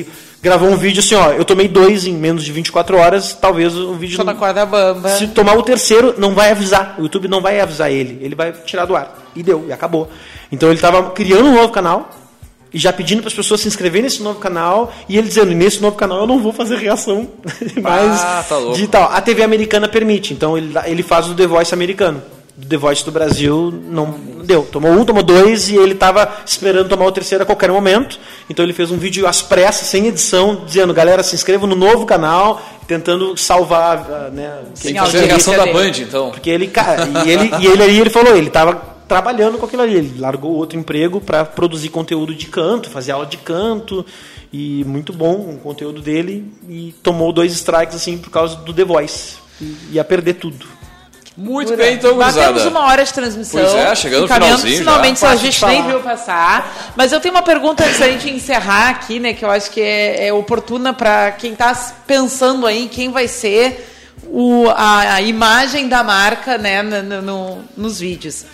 gravou um vídeo assim, ó, eu tomei 2 em menos de 24 horas, talvez o vídeo... Tô na corda bamba. Se tomar o terceiro, não vai avisar. O YouTube não vai avisar ele vai tirar do ar. E deu, e acabou. Então ele estava criando um novo canal e já pedindo para as pessoas se inscreverem nesse novo canal, e ele dizendo, nesse novo canal eu não vou fazer reação mais tá louco. digital. A TV americana permite, então ele faz o The Voice americano. Do The Voice do Brasil não deu. Tomou 1, tomou 2 e ele estava esperando tomar o terceiro a qualquer momento. Então ele fez um vídeo às pressas, sem edição, dizendo, galera, se inscrevam no novo canal, tentando salvar, né? Tem que fazer a reação da Band, então. Porque ele, cara, ele falou, ele estava trabalhando com aquilo ali. Ele largou outro emprego para produzir conteúdo de canto, fazer aula de canto, e muito bom o conteúdo dele, e tomou 2 strikes assim por causa do The Voice. E ia perder tudo. Muito bem, então, gurizada. Batemos 1 hora de transmissão. Pois é, chegando no finalzinho finalmente, já. A gente nem viu passar. Mas eu tenho uma pergunta antes da gente encerrar aqui, né? Que eu acho que é oportuna para quem está pensando aí quem vai ser a imagem da marca, né, nos vídeos.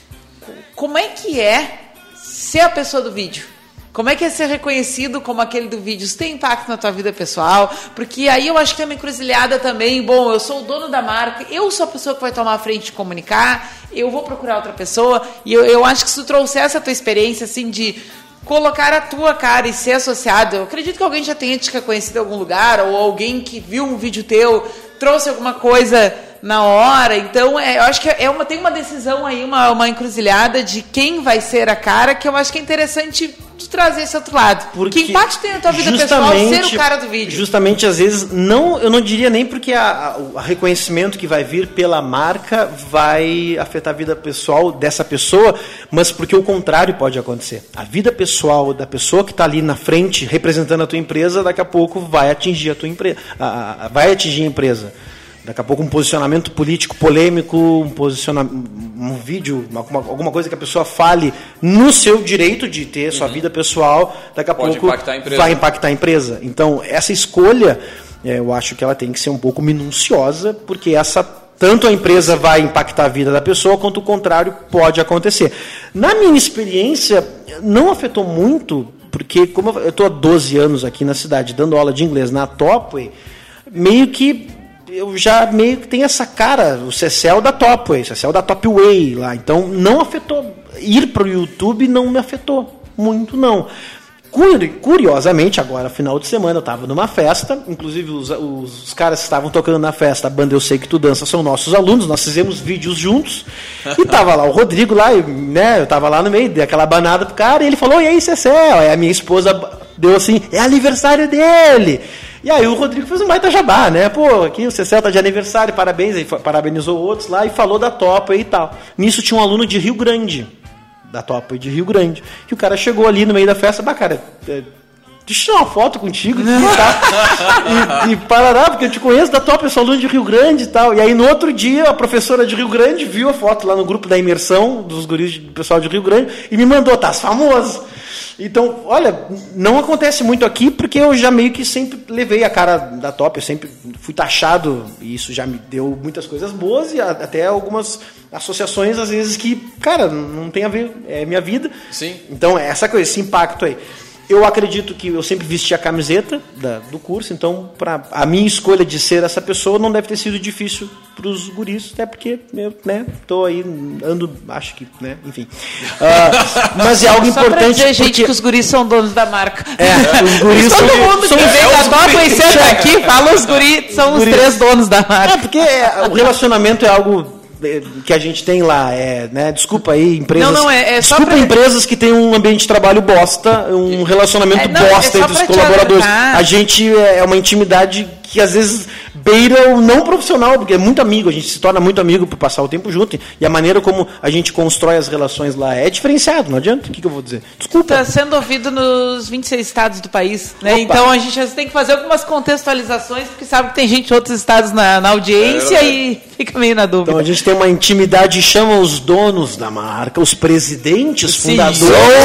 Como é que é ser a pessoa do vídeo? Como é que é ser reconhecido como aquele do vídeo? Isso tem impacto na tua vida pessoal? Porque aí eu acho que tem uma encruzilhada também. Bom, eu sou o dono da marca, eu sou a pessoa que vai tomar a frente de comunicar, eu vou procurar outra pessoa. E eu acho que se tu trouxesse a tua experiência, assim, de colocar a tua cara e ser associado, eu acredito que alguém já tenha te reconhecido em algum lugar, ou alguém que viu um vídeo teu, trouxe alguma coisa na hora. Então, eu acho que tem uma decisão aí, uma encruzilhada de quem vai ser a cara, que eu acho que é interessante tu trazer esse outro lado. Porque que impacto tem na tua vida pessoal ser o cara do vídeo? Justamente, às vezes, eu não diria nem porque o reconhecimento que vai vir pela marca vai afetar a vida pessoal dessa pessoa, mas porque o contrário pode acontecer. A vida pessoal da pessoa que está ali na frente, representando a tua empresa, daqui a pouco vai atingir a tua empresa, vai atingir a empresa. Daqui a pouco um posicionamento político polêmico, um vídeo, alguma coisa que a pessoa fale no seu direito de ter sua vida pessoal, daqui a pouco vai impactar a empresa. Então, essa escolha, eu acho que ela tem que ser um pouco minuciosa, porque tanto a empresa vai impactar a vida da pessoa, quanto o contrário pode acontecer. Na minha experiência, não afetou muito, porque como eu estou há 12 anos aqui na cidade, dando aula de inglês na Topway, eu já meio que tenho essa cara, o Cecel da Topway, o Cecel da Topway lá. Então, não afetou. Ir para o YouTube não me afetou muito, não. Curiosamente, agora, final de semana, eu estava numa festa, inclusive os caras que estavam tocando na festa, a banda Eu Sei Que Tu Dança, são nossos alunos, nós fizemos vídeos juntos, e estava lá o Rodrigo lá, né, eu estava lá no meio, dei aquela banada pro cara, e ele falou, e aí, Cecel? Aí a minha esposa deu assim, é aniversário dele! E aí o Rodrigo fez um baita jabá, né? Pô, aqui o Cecel tá de aniversário, parabéns. Aí parabenizou outros lá e falou da Topway e tal. Nisso tinha um aluno de Rio Grande, da Topway de Rio Grande, que o cara chegou ali no meio da festa, cara, deixa eu tirar uma foto contigo e parará, porque eu te conheço da Topway, eu sou aluno de Rio Grande e tal. E aí no outro dia a professora de Rio Grande viu a foto lá no grupo da imersão dos guris do pessoal de Rio Grande e me mandou, tá famoso. Então, olha, não acontece muito aqui porque eu já meio que sempre levei a cara da Top, eu sempre fui taxado e isso já me deu muitas coisas boas e até algumas associações, às vezes, que, cara, não tem a ver, é minha vida. Sim. Então, essa coisa, esse impacto aí. Eu acredito que eu sempre vesti a camiseta do curso, então a minha escolha de ser essa pessoa não deve ter sido difícil para os guris, até porque eu, né, tô aí, acho que, né, enfim. Mas é algo importante. Só pra dizer, gente, que os guris são donos da marca. Os guris todo mundo que vem da Topway senta aqui, fala os guris, são os 3 donos da marca. Porque o relacionamento é algo que a gente tem lá, né? Desculpa aí, empresas. Desculpa empresas que têm um ambiente de trabalho bosta, um relacionamento bosta entre os colaboradores. A gente é uma intimidade que às vezes beira o não profissional, porque é muito amigo, a gente se torna muito amigo por passar o tempo junto, e a maneira como a gente constrói as relações lá é diferenciado, não adianta. O que eu vou dizer? Desculpa. Está sendo ouvido nos 26 estados do país, né? Então a gente tem que fazer algumas contextualizações, porque sabe que tem gente de outros estados na audiência e fica meio na dúvida. Então a gente tem uma intimidade, chama os donos da marca, os presidentes, fundadores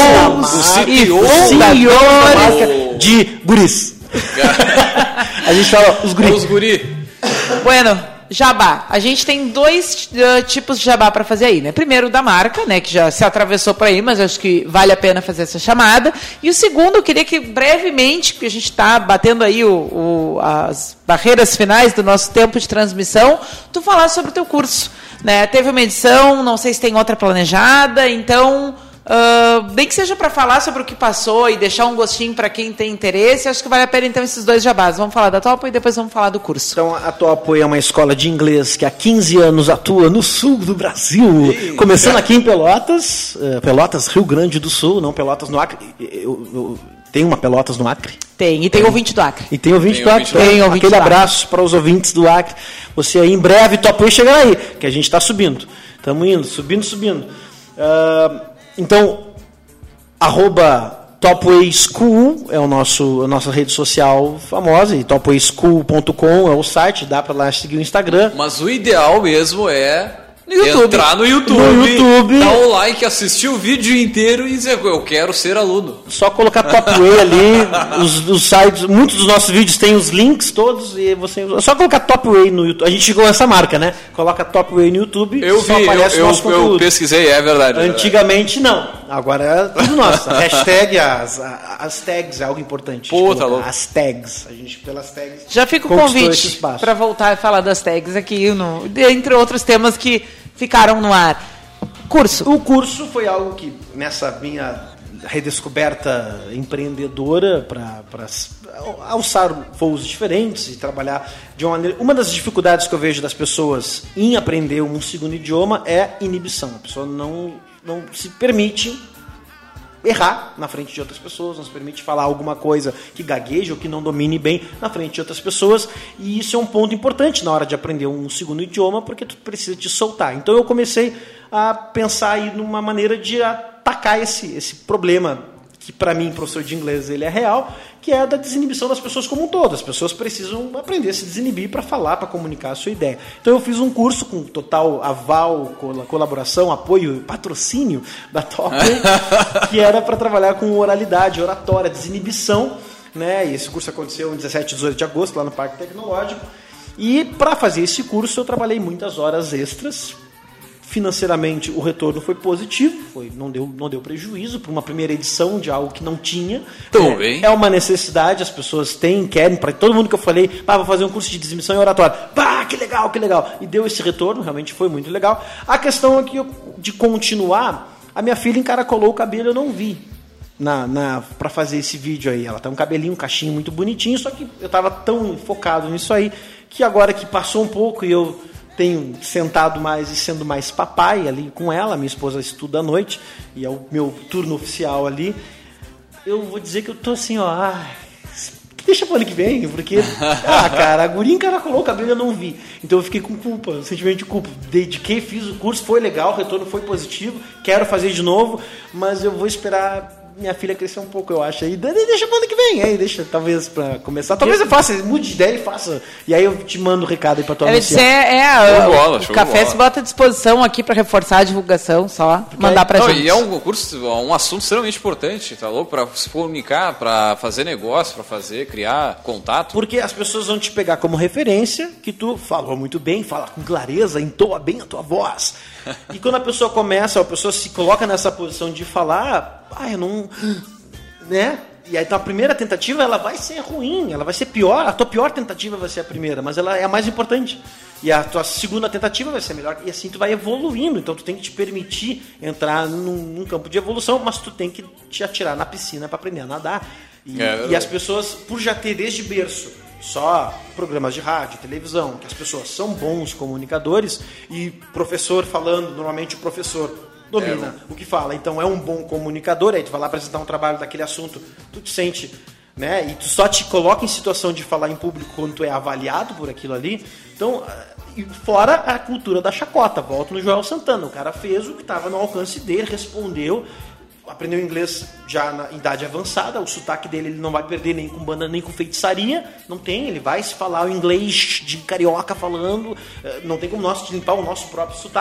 da marca de guris. A gente fala os guri. Os guri. Bueno, Jabá. A gente tem 2 tipos de jabá para fazer aí, né? Primeiro da marca, né? Que já se atravessou por aí, mas acho que vale a pena fazer essa chamada. E o segundo, eu queria que brevemente, porque a gente está batendo aí as barreiras finais do nosso tempo de transmissão, tu falar sobre o teu curso, né? Teve uma edição, não sei se tem outra planejada, então... bem que seja para falar sobre o que passou e deixar um gostinho para quem tem interesse, acho que vale a pena então esses 2 jabás. Vamos falar da Topo e depois vamos falar do curso. Então a Topo é uma escola de inglês que há 15 anos atua no sul do Brasil, começando aqui em Pelotas, Pelotas, Rio Grande do Sul, não Pelotas no Acre. Tem uma Pelotas no Acre? Tem, e tem ouvinte do Acre. E tem ouvinte do Acre. Tem ouvinte Aquele do Acre. abraço para os ouvintes do Acre. Você aí em breve, Topo chegando aí, que a gente está subindo. Estamos indo, subindo. Então, @TopwaySchool é a nossa rede social famosa, e topwayschool.com é o site, dá para lá seguir o Instagram. Mas o ideal mesmo é YouTube. Entrar no YouTube, dar um like, assistir o vídeo inteiro e dizer, eu quero ser aluno. Só colocar Topway ali, os sites, muitos dos nossos vídeos têm os links todos, e você só colocar Topway no YouTube. A gente chegou nessa marca, né? Coloca Topway no YouTube, só aparece o nosso conteúdo. Eu pesquisei, é verdade. Antigamente não, agora é tudo nosso. A hashtag, as tags é algo importante. Pô, tá louco. As tags, a gente pelas tags. Já fica o convite para voltar a falar das tags aqui, entre outros temas que ficaram no ar. Curso. O curso foi algo que, nessa minha redescoberta empreendedora, para alçar voos diferentes e trabalhar de uma maneira... Uma das dificuldades que eu vejo das pessoas em aprender um segundo idioma é inibição. A pessoa não se permite errar na frente de outras pessoas, não se permite falar alguma coisa que gagueje ou que não domine bem na frente de outras pessoas, e isso é um ponto importante na hora de aprender um segundo idioma, porque tu precisa te soltar. Então eu comecei a pensar aí numa maneira de atacar esse problema, que para mim, professor de inglês, ele é real, que é a da desinibição das pessoas como um todo. As pessoas precisam aprender a se desinibir para falar, para comunicar a sua ideia. Então eu fiz um curso com total aval, colaboração, apoio, patrocínio da Top, que era para trabalhar com oralidade, oratória, desinibição, né? E esse curso aconteceu em 17 e 18 de agosto, lá no Parque Tecnológico. E para fazer esse curso eu trabalhei muitas horas extras. Financeiramente o retorno foi positivo, não deu prejuízo para uma primeira edição de algo que não tinha. É uma necessidade, as pessoas querem, para todo mundo que eu falei, vou fazer um curso de desinibição e oratória. Que legal. E deu esse retorno, realmente foi muito legal. A questão aqui de continuar, a minha filha encaracolou o cabelo, eu não vi para fazer esse vídeo aí. Ela tem um cabelinho, um cachinho muito bonitinho, só que eu estava tão focado nisso aí, que agora que passou um pouco e eu tenho sentado mais e sendo mais papai ali com ela, minha esposa estuda à noite e é o meu turno oficial ali, eu vou dizer que eu tô assim, deixa pro ano que vem, porque cara, a guria encaracolou o cabelo e eu não vi, então eu fiquei com culpa, sentimento de culpa, dediquei, fiz o curso, foi legal, o retorno foi positivo, quero fazer de novo, mas eu vou esperar minha filha crescer um pouco, eu acho, aí deixa pro ano que vem, aí deixa, talvez pra começar, talvez eu faça, mude de ideia e faça, e aí eu te mando o recado aí pra tu anunciar. O café se bota à disposição aqui pra reforçar a divulgação, só mandar pra gente. E é um curso, um assunto extremamente importante, tá louco? Pra se comunicar, pra fazer negócio, pra criar contato. Porque as pessoas vão te pegar como referência, que tu falou muito bem, fala com clareza, entoa bem a tua voz. E quando a pessoa se coloca nessa posição de falar, eu não... né? E aí, então, a primeira tentativa, ela vai ser ruim, ela vai ser pior, a tua pior tentativa vai ser a primeira, mas ela é a mais importante. E a tua segunda tentativa vai ser melhor, e assim tu vai evoluindo, então tu tem que te permitir entrar num campo de evolução, mas tu tem que te atirar na piscina para aprender a nadar. E as pessoas, por já ter desde berço só programas de rádio, televisão, que as pessoas são bons comunicadores, e professor falando, normalmente o professor domina o que fala, então é um bom comunicador, aí tu vai lá apresentar um trabalho daquele assunto, tu te sente, né, e tu só te coloca em situação de falar em público quando tu é avaliado por aquilo ali, então, e fora a cultura da chacota, volta no Joel Santana, o cara fez o que estava no alcance dele, respondeu, aprendeu inglês já na idade avançada, o sotaque dele ele não vai perder nem com banda, nem com feitiçaria, não tem, ele vai se falar o inglês de carioca falando, não tem como nós limpar o nosso próprio sotaque,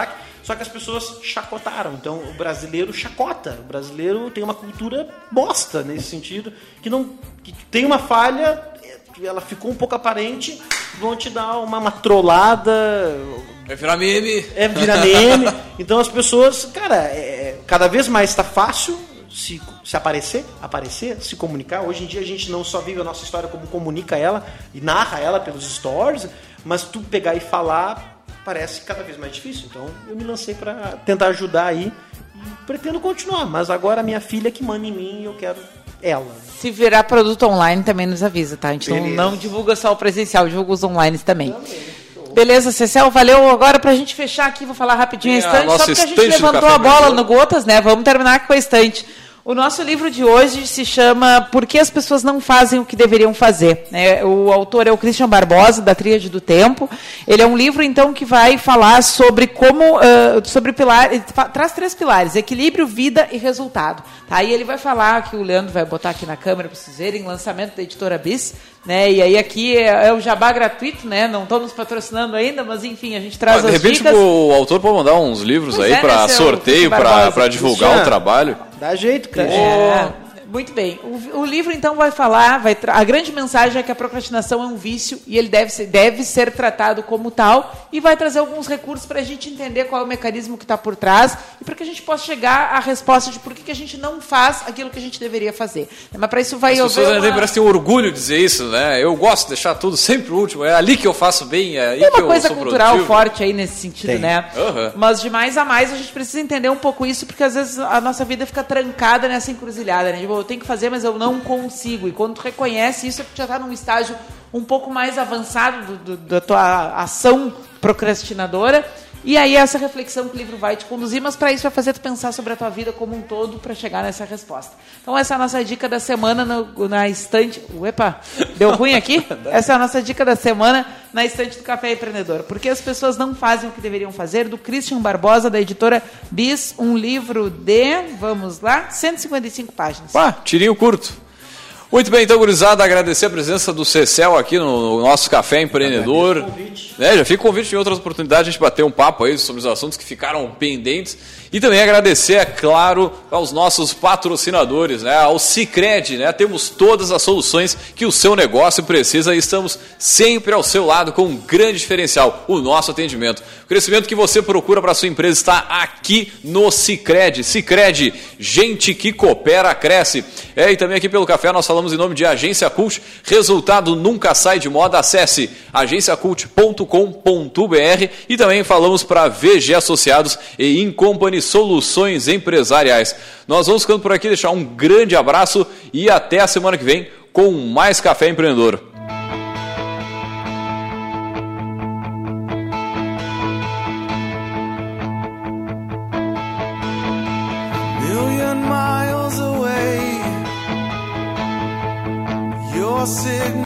Só que as pessoas chacotaram. Então o brasileiro chacota. O brasileiro tem uma cultura bosta nesse sentido, que tem uma falha, ela ficou um pouco aparente, vão te dar uma trollada. Vai virar meme. Virar meme. Então as pessoas, cara, cada vez mais está fácil se aparecer, se comunicar. Hoje em dia a gente não só vive a nossa história como comunica ela e narra ela pelos stories, mas tu pegar e falar parece cada vez mais difícil. Então eu me lancei para tentar ajudar aí e pretendo continuar. Mas agora a minha filha que manda em mim e eu quero ela. Se virar produto online também nos avisa, tá? A gente não divulga só o presencial, divulga os online também. Beleza, Cecel, valeu. Agora pra gente fechar aqui, vou falar rapidinho a estante, só porque a gente levantou a bola no Gotas, né? Vamos terminar com a estante. O nosso livro de hoje se chama Por que as pessoas não fazem o que deveriam fazer? O autor é o Christian Barbosa, da Tríade do Tempo. Ele é um livro, então, que vai falar sobre como... sobre pilares, traz 3 pilares: equilíbrio, vida e resultado. Tá? Aí ele vai falar, que o Leandro vai botar aqui na câmera para vocês verem, lançamento da Editora Bis. Né? E aí aqui é o jabá gratuito, né? Não estamos patrocinando ainda, mas enfim, a gente traz as dicas. De repente o autor pode mandar uns livros aí para sorteio, para divulgar o trabalho. Dá jeito, cara. Muito bem. O livro, então, vai falar... a grande mensagem é que a procrastinação é um vício e ele deve ser tratado como tal, e vai trazer alguns recursos para a gente entender qual é o mecanismo que está por trás e para que a gente possa chegar à resposta de por que a gente não faz aquilo que a gente deveria fazer. Mas para isso vai... As pessoas parece ter orgulho de dizer isso, né? Eu gosto de deixar tudo sempre o último. É ali que eu faço bem, é aí que eu sou produtivo. Tem uma coisa cultural forte aí nesse sentido, né? Uhum. Mas de mais a mais a gente precisa entender um pouco isso, porque às vezes a nossa vida fica trancada nessa encruzilhada, né? Eu tenho que fazer, mas eu não consigo. E quando tu reconhece isso, é porque já está num estágio um pouco mais avançado da tua ação procrastinadora. E aí essa reflexão que o livro vai te conduzir, mas para isso vai fazer tu pensar sobre a tua vida como um todo para chegar nessa resposta. Então essa é a nossa dica da semana na estante... Uepa, deu ruim aqui? Essa é a nossa dica da semana na estante do Café Empreendedor. Porque as pessoas não fazem o que deveriam fazer, do Christian Barbosa, da editora Bis, um livro de, vamos lá, 155 páginas. Tirinho curto. Muito bem, então, gurizada, agradecer a presença do Cecel aqui no nosso Café Empreendedor. Já fica o convite em outras oportunidades, a gente bater um papo aí sobre os assuntos que ficaram pendentes. E também agradecer, é claro, aos nossos patrocinadores, né? Ao Sicredi, né? Temos todas as soluções que o seu negócio precisa e estamos sempre ao seu lado com um grande diferencial, o nosso atendimento. O crescimento que você procura para a sua empresa está aqui no Sicredi. Sicredi, gente que coopera, cresce. E também aqui pelo café nós falamos em nome de Agência Cult. Resultado nunca sai de moda. Acesse agenciacult.com.br e também falamos para VG Associados e Incompany Soluções Empresariais. Nós vamos ficando por aqui, deixar um grande abraço e até a semana que vem com mais Café Empreendedor. Your signal